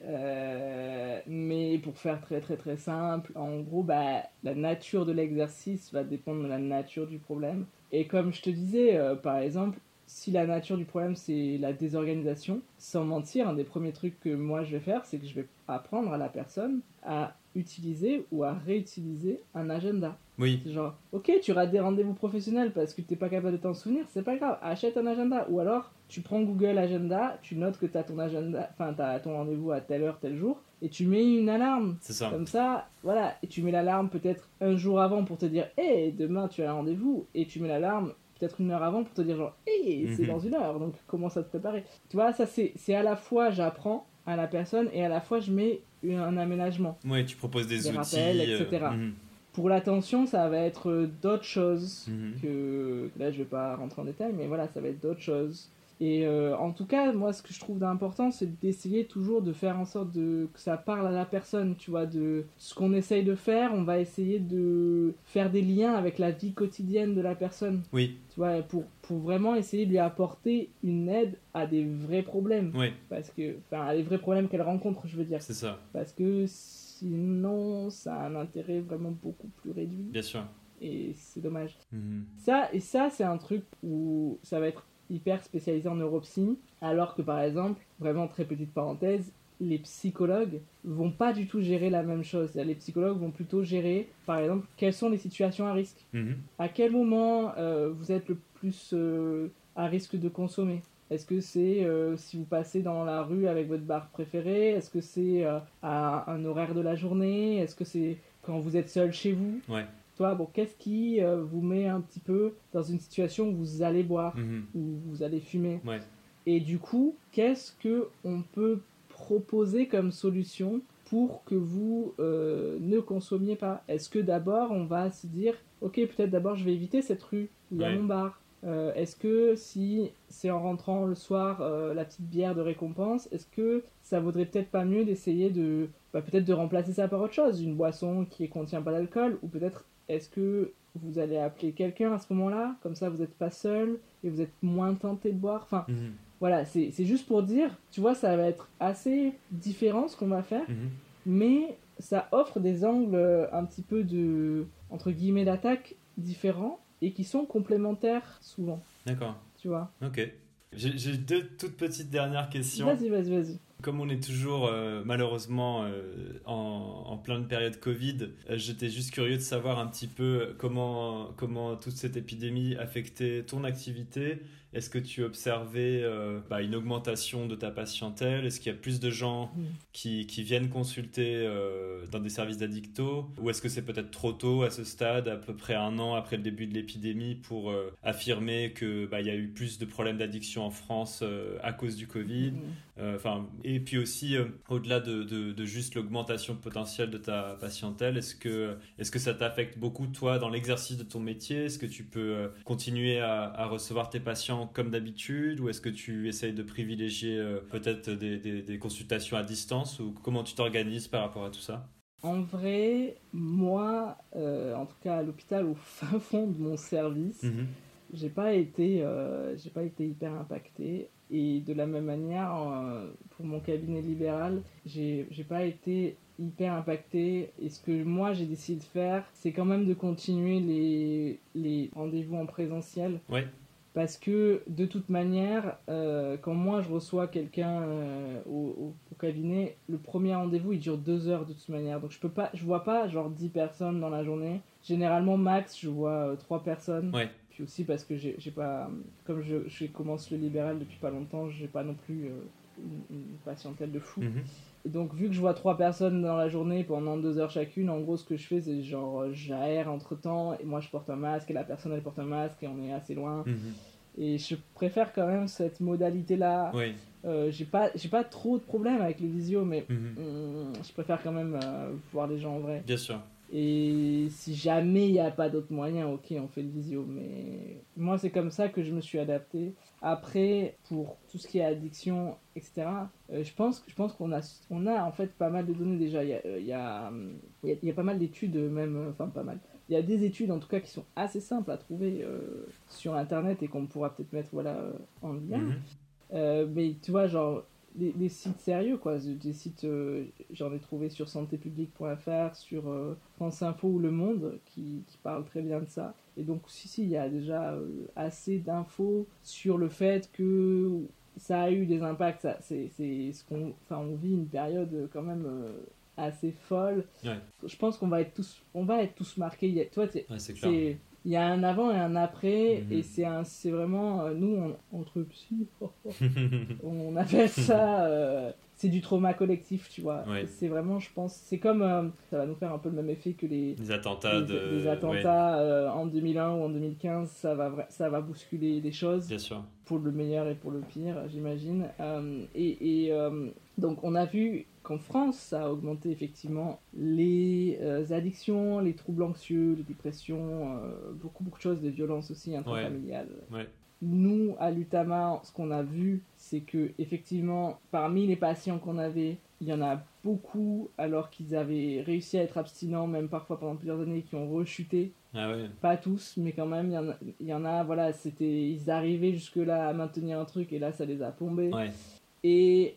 Euh, mais pour faire très très très simple, en gros, bah, la nature de l'exercice va dépendre de la nature du problème. Et comme je te disais, euh, par exemple, si la nature du problème c'est la désorganisation, sans mentir, un des premiers trucs que moi je vais faire, c'est que je vais apprendre à la personne à utiliser ou à réutiliser un agenda. Oui. C'est genre, ok, tu rates des rendez-vous professionnels parce que t'es pas capable de t'en souvenir, c'est pas grave, achète un agenda. Ou alors, tu prends Google Agenda, tu notes que t'as ton agenda, enfin t'as ton rendez-vous à telle heure, tel jour, et tu mets une alarme. C'est ça. Comme ça, voilà, et tu mets l'alarme peut-être un jour avant pour te dire, hé, hey, demain tu as un rendez-vous, et tu mets l'alarme peut-être une heure avant pour te dire genre, hé, hey, c'est mm-hmm. dans une heure, donc commence à te préparer. Tu vois, ça c'est, c'est à la fois j'apprends à la personne et à la fois je mets un aménagement. Oui, tu proposes des, des outils. Rappels, et cetera. Euh, mm-hmm. Pour l'attention, ça va être d'autres choses mm-hmm. que... Là, je vais pas rentrer en détail, mais voilà, ça va être d'autres choses. Et euh, en tout cas, moi, ce que je trouve d'important, c'est d'essayer toujours de faire en sorte de... que ça parle à la personne, tu vois, de ce qu'on essaye de faire, on va essayer de faire des liens avec la vie quotidienne de la personne. Oui. Tu vois, pour, pour vraiment essayer de lui apporter une aide à des vrais problèmes. Oui. Parce que... Enfin, à des vrais problèmes qu'elle rencontre, je veux dire. C'est ça. Parce que... Sinon, ça a un intérêt vraiment beaucoup plus réduit. Bien sûr. Et c'est dommage. Mmh. Ça, et ça, c'est un truc où ça va être hyper spécialisé en neuropsy, alors que par exemple, vraiment très petite parenthèse, les psychologues vont pas du tout gérer la même chose. Les psychologues vont plutôt gérer, par exemple, quelles sont les situations à risque. Mmh. À quel moment euh, vous êtes le plus euh, à risque de consommer ? Est-ce que c'est euh, si vous passez dans la rue avec votre bar préféré ? Est-ce que c'est euh, à un horaire de la journée ? Est-ce que c'est quand vous êtes seul chez vous ? Ouais. Toi, bon, qu'est-ce qui euh, vous met un petit peu dans une situation où vous allez boire, mmh. où vous allez fumer ? Ouais. Et du coup, qu'est-ce qu'on peut proposer comme solution pour que vous euh, ne consommiez pas ? Est-ce que d'abord, on va se dire, ok, peut-être d'abord je vais éviter cette rue où il y a ouais. mon bar ? Euh, est-ce que si c'est en rentrant le soir euh, la petite bière de récompense, est-ce que ça vaudrait peut-être pas mieux d'essayer de bah, peut-être de remplacer ça par autre chose, une boisson qui ne contient pas d'alcool, ou peut-être est-ce que vous allez appeler quelqu'un à ce moment-là, comme ça vous n'êtes pas seul et vous êtes moins tenté de boire. Enfin mmh. voilà, c'est, c'est juste pour dire, tu vois, ça va être assez différent ce qu'on va faire, mmh. mais ça offre des angles un petit peu de, entre guillemets, d'attaque différents et qui sont complémentaires souvent. D'accord. Tu vois. Ok. J'ai, j'ai deux toutes petites dernières questions. Vas-y, vas-y, vas-y. Comme on est toujours euh, malheureusement euh, en, en pleine période Covid, euh, j'étais juste curieux de savoir un petit peu comment, comment toute cette épidémie affectait ton activité. Est-ce que tu observais euh, bah, une augmentation de ta patientèle ? Est-ce qu'il y a plus de gens mmh. qui, qui viennent consulter euh, dans des services d'addicto ? Ou est-ce que c'est peut-être trop tôt à ce stade, à peu près un an après le début de l'épidémie, pour euh, affirmer qu'il bah, y a eu plus de problèmes d'addiction en France euh, à cause du Covid ? mmh. euh, Et puis aussi, euh, au-delà de, de, de juste l'augmentation potentielle de ta patientèle, est-ce que, est-ce que ça t'affecte beaucoup, toi, dans l'exercice de ton métier ? Est-ce que tu peux euh, continuer à, à recevoir tes patients comme d'habitude, ou est-ce que tu essayes de privilégier euh, peut-être des, des, des consultations à distance, ou comment tu t'organises par rapport à tout ça ? En vrai, moi, euh, en tout cas à l'hôpital, au fin fond de mon service, mmh. j'ai pas été, euh, j'ai pas été hyper impacté. Et de la même manière, euh, pour mon cabinet libéral, j'ai, j'ai pas été hyper impacté. Et ce que moi j'ai décidé de faire, c'est quand même de continuer les, les rendez-vous en présentiel. Ouais. Parce que de toute manière, euh, quand moi je reçois quelqu'un euh, au, au, au cabinet, le premier rendez-vous il dure deux heures de toute manière. Donc je peux pas, je vois pas genre dix personnes dans la journée. Généralement max je vois euh, trois personnes. Ouais. Puis aussi parce que j'ai, j'ai pas, comme je, je commence le libéral depuis pas longtemps, j'ai pas non plus euh, une, une patientèle de fou. Mm-hmm. Et donc, vu que je vois trois personnes dans la journée pendant deux heures chacune, en gros, ce que je fais, c'est genre, j'aère entre temps, et moi je porte un masque, et la personne elle porte un masque, et on est assez loin. Mm-hmm. Et je préfère quand même cette modalité-là. Oui. Euh, j'ai pas, j'ai pas trop de problèmes avec les visios, mais Mm-hmm. hum, je préfère quand même euh, voir les gens en vrai. Bien sûr. Et si jamais il n'y a pas d'autre moyen, ok, on fait le visio. Mais moi, c'est comme ça que je me suis adapté. Après, pour tout ce qui est addiction, et cetera, euh, je pense, je pense qu'on a, on a en fait pas mal de données déjà. Il y a, il y a, il y a, il y a pas mal d'études, même, enfin pas mal. Il y a des études en tout cas qui sont assez simples à trouver euh, sur Internet et qu'on pourra peut-être mettre voilà, euh, en lien. Mm-hmm. Euh, mais tu vois, genre, des, des sites sérieux, quoi. Des sites, euh, j'en ai trouvé sur santé publique point f r, sur euh, France Info ou Le Monde, qui, qui parlent très bien de ça. Et donc, si, si, il y a déjà euh, assez d'infos sur le fait que ça a eu des impacts. Ça, c'est, c'est ce qu'on, enfin, on vit une période quand même euh, assez folle. Ouais. Je pense qu'on va être tous, on va être tous marqués. Il y a, toi, ouais, c'est clair. c'est il y a un avant et un après, mm-hmm. et c'est, un, c'est vraiment, euh, nous, on, entre psy, on appelle ça, euh, c'est du trauma collectif, tu vois. Ouais. C'est vraiment, je pense, c'est comme, euh, ça va nous faire un peu le même effet que les, les attentats, les, de... les attentats ouais. euh, en deux mille un ou en deux mille quinze, ça va, ça va bousculer les choses. Bien sûr. Pour le meilleur et pour le pire, j'imagine. Euh, et et euh, donc, on a vu qu'en France, ça a augmenté effectivement les euh, addictions, les troubles anxieux, les dépressions, euh, beaucoup, beaucoup de choses, des violences aussi intrafamiliales. Ouais. Ouais. Nous, à l'Utama, ce qu'on a vu, c'est que effectivement, parmi les patients qu'on avait, il y en a beaucoup, alors qu'ils avaient réussi à être abstinents, même parfois pendant plusieurs années, qui ont rechuté. Ah ouais. Pas tous, mais quand même, il y en a, il y en a voilà, c'était, ils arrivaient jusque-là à maintenir un truc, et là, ça les a plombés. Ouais. Et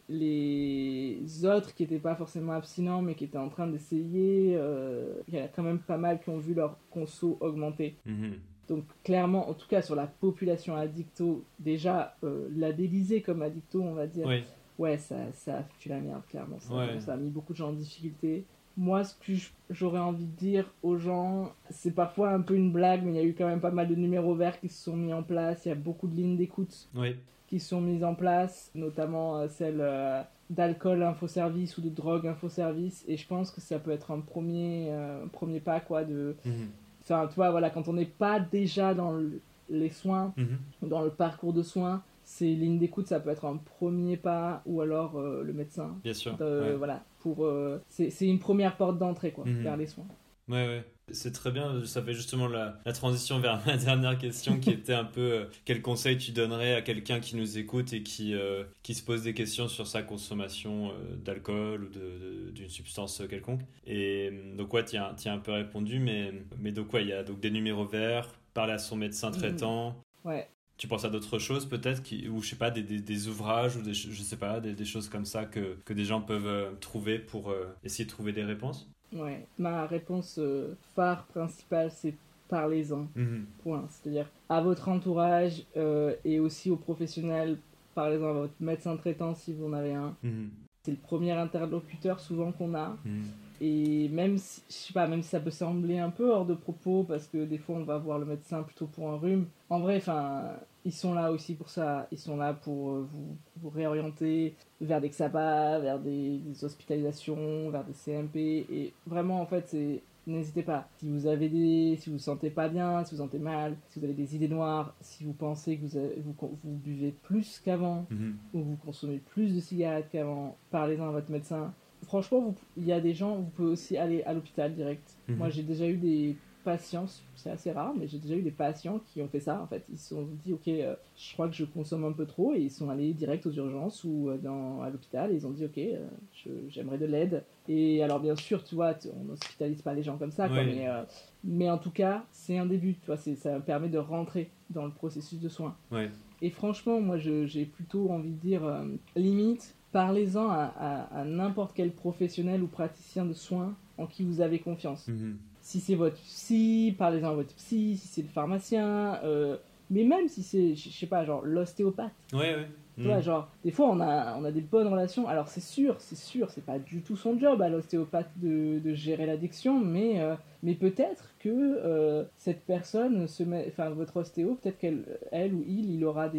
les autres qui n'étaient pas forcément abstinents, mais qui étaient en train d'essayer, euh, il y a quand même pas mal qui ont vu leur conso augmenter. Mm-hmm. Donc clairement, en tout cas sur la population addicto, déjà euh, labellisée comme addicto, on va dire, oui. ouais, ça, ça a foutu la merde, clairement. Ça, ouais. ça a mis beaucoup de gens en difficulté. Moi, ce que j'aurais envie de dire aux gens, c'est parfois un peu une blague, mais il y a eu quand même pas mal de numéros verts qui se sont mis en place. Il y a beaucoup de lignes d'écoute oui. qui sont mises en place, notamment euh, celle euh, d'alcool infoservice ou de drogue infoservice. Et je pense que ça peut être un premier, euh, premier pas, quoi, de... Mm-hmm. Enfin, tu vois, voilà, quand on n'est pas déjà dans le, les soins, mm-hmm. dans le parcours de soins, ces lignes d'écoute, ça peut être un premier pas, ou alors euh, le médecin. Bien sûr. De, ouais. Voilà, pour, euh, c'est, c'est une première porte d'entrée, quoi, mm-hmm. vers les soins. Ouais, ouais. C'est très bien, ça fait justement la, la transition vers ma dernière question qui était un peu euh, quel conseil tu donnerais à quelqu'un qui nous écoute et qui, euh, qui se pose des questions sur sa consommation euh, d'alcool ou de, de, d'une substance quelconque. Et donc ouais, tu as un peu répondu, mais, mais donc ouais, il y a donc des numéros verts, parler à son médecin traitant. Mmh. Ouais. Tu penses à d'autres choses peut-être qui, ou je sais pas, des, des, des ouvrages ou des, je sais pas, des, des choses comme ça que, que des gens peuvent euh, trouver pour euh, essayer de trouver des réponses? Ouais, ma réponse euh, phare principale, c'est parlez-en. Mm-hmm. Point. C'est-à-dire à votre entourage euh, et aussi aux professionnels, parlez-en à votre médecin traitant si vous en avez un. Mm-hmm. C'est le premier interlocuteur souvent qu'on a. Mm-hmm. Et même si, je sais pas, même si ça peut sembler un peu hors de propos, parce que des fois on va voir le médecin plutôt pour un rhume, en vrai, enfin, ils sont là aussi pour ça. Ils sont là pour euh, vous, vous réorienter vers des X A P A, vers des, des hospitalisations, vers des C M P. Et vraiment, en fait, c'est... N'hésitez pas. Si vous avez des, si vous vous sentez pas bien, si vous vous sentez mal, si vous avez des idées noires, si vous pensez que vous, avez, vous, vous buvez plus qu'avant, mm-hmm. ou vous consommez plus de cigarettes qu'avant, parlez-en à votre médecin. Franchement, il y a des gens, vous pouvez aussi aller à l'hôpital direct. Mm-hmm. Moi, j'ai déjà eu des patients, c'est assez rare, mais j'ai déjà eu des patients qui ont fait ça, en fait. Ils se sont dit, ok, euh, je crois que je consomme un peu trop, et ils sont allés direct aux urgences ou euh, dans, à l'hôpital, et ils ont dit, ok, euh, je, j'aimerais de l'aide. Et alors, bien sûr, tu vois, on n'hospitalise pas les gens comme ça, oui. quoi, mais, euh, mais en tout cas, c'est un début, tu vois, c'est, ça permet de rentrer dans le processus de soins. Oui. Et franchement, moi, je, j'ai plutôt envie de dire, euh, limite, parlez-en à, à, à n'importe quel professionnel ou praticien de soins en qui vous avez confiance. Mm-hmm. Si c'est votre psy, parlez-en à votre psy, si c'est le pharmacien, euh, mais même si c'est, je sais pas, genre l'ostéopathe. Ouais, ouais. Tu vois, genre, des fois on a, on a des bonnes relations. Alors c'est sûr, c'est sûr, c'est pas du tout son job à l'ostéopathe de, de gérer l'addiction, mais, euh, mais peut-être que euh, cette personne se met, enfin votre ostéo, peut-être qu'elle elle ou il, il aura des,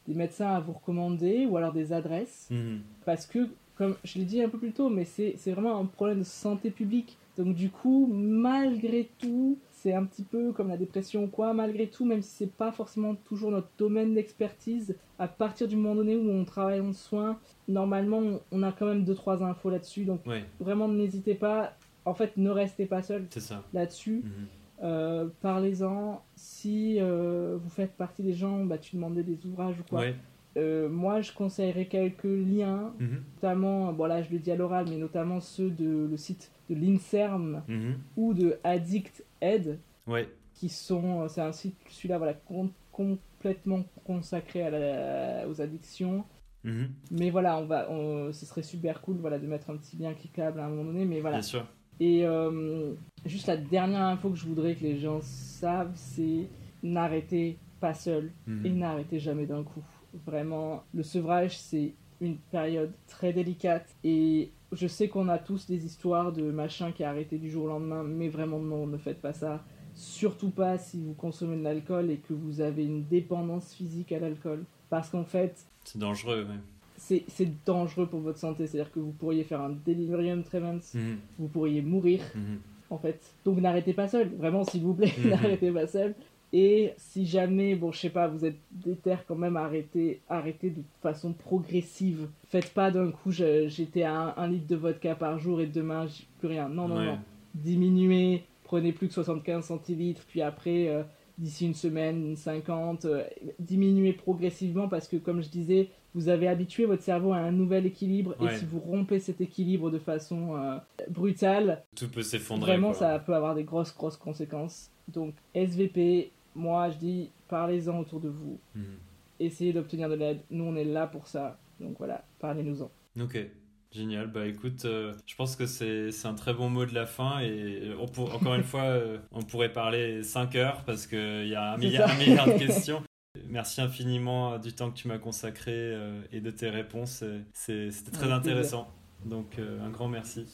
des médecins à vous recommander ou alors des adresses. Mhm. Parce que, comme je l'ai dit un peu plus tôt, mais c'est, c'est vraiment un problème de santé publique. Donc du coup, malgré tout, c'est un petit peu comme la dépression ou quoi, malgré tout, même si c'est pas forcément toujours notre domaine d'expertise, à partir du moment donné où on travaille en soins, normalement, on a quand même deux trois infos là-dessus. Donc Ouais, vraiment, n'hésitez pas. En fait, ne restez pas seul c'est ça. là-dessus. Mhm. Euh, parlez-en. Si euh, vous faites partie des gens, bah, tu demandais des ouvrages ou quoi. Ouais. Euh, moi, je conseillerais quelques liens, Mhm. notamment, bon là je le dis à l'oral, mais notamment ceux de le site de l'INSERM Mhm. ou de Addict Aid, Ouais. qui sont, c'est un site, celui-là, voilà, com- complètement consacré à la- aux addictions. Mhm. Mais voilà, on va, on- ce serait super cool, voilà, de mettre un petit lien cliquable à un moment donné, mais voilà. Bien sûr. Et euh, juste la dernière info que je voudrais que les gens savent, c'est n'arrêtez pas seul Mhm. et n'arrêtez jamais d'un coup. Vraiment, le sevrage, c'est une période très délicate et je sais qu'on a tous des histoires de machin qui a arrêté du jour au lendemain, mais vraiment non, ne faites pas ça. Surtout pas si vous consommez de l'alcool et que vous avez une dépendance physique à l'alcool. Parce qu'en fait, C'est dangereux, ouais. c'est, c'est dangereux pour votre santé. C'est-à-dire que vous pourriez faire un delirium tremens, Mhm. vous pourriez mourir, Mhm. en fait. Donc n'arrêtez pas seul, vraiment, s'il vous plaît, Mhm. n'arrêtez pas seul. Et si jamais, bon, je sais pas, vous êtes déter quand même, arrêtez, arrêtez de façon progressive. Faites pas d'un coup, je- j'étais à un, un litre de vodka par jour et demain, j'ai plus rien. Non, non, Ouais. non. Diminuez, prenez plus que soixante-quinze centilitres, puis après, euh, d'ici une semaine, cinquante, euh, diminuez progressivement parce que, comme je disais, vous avez habitué votre cerveau à un nouvel équilibre Ouais. et si vous rompez cet équilibre de façon euh, brutale, Tout peut s'effondrer. vraiment, quoi. ça peut avoir des grosses, grosses conséquences. Donc, S V P, moi, je dis, parlez-en autour de vous. Mhm. Essayez d'obtenir de l'aide. Nous, on est là pour ça. Donc voilà, parlez-nous-en. Ok, génial. Bah écoute, euh, je pense que c'est, c'est un très bon mot de la fin et on pour, encore une fois, euh, on pourrait parler cinq heures parce qu'il y a un C'est milliard, ça. un milliard de questions. Merci infiniment du temps que tu m'as consacré euh, et de tes réponses. C'est, c'était très Avec plaisir. intéressant. Donc euh, un grand merci.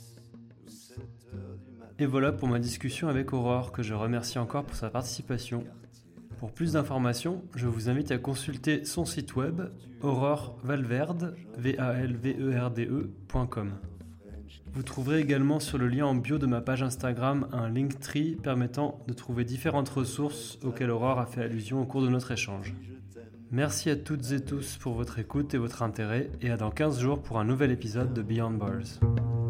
Et voilà pour ma discussion avec Aurore, que je remercie encore pour sa participation. Pour plus d'informations, je vous invite à consulter son site web aurore valverde v a l v e r d e point com. Vous trouverez également sur le lien en bio de ma page Instagram un Linktree permettant de trouver différentes ressources auxquelles Aurore a fait allusion au cours de notre échange. Merci à toutes et tous pour votre écoute et votre intérêt, et à dans quinze jours pour un nouvel épisode de Beyond Bars.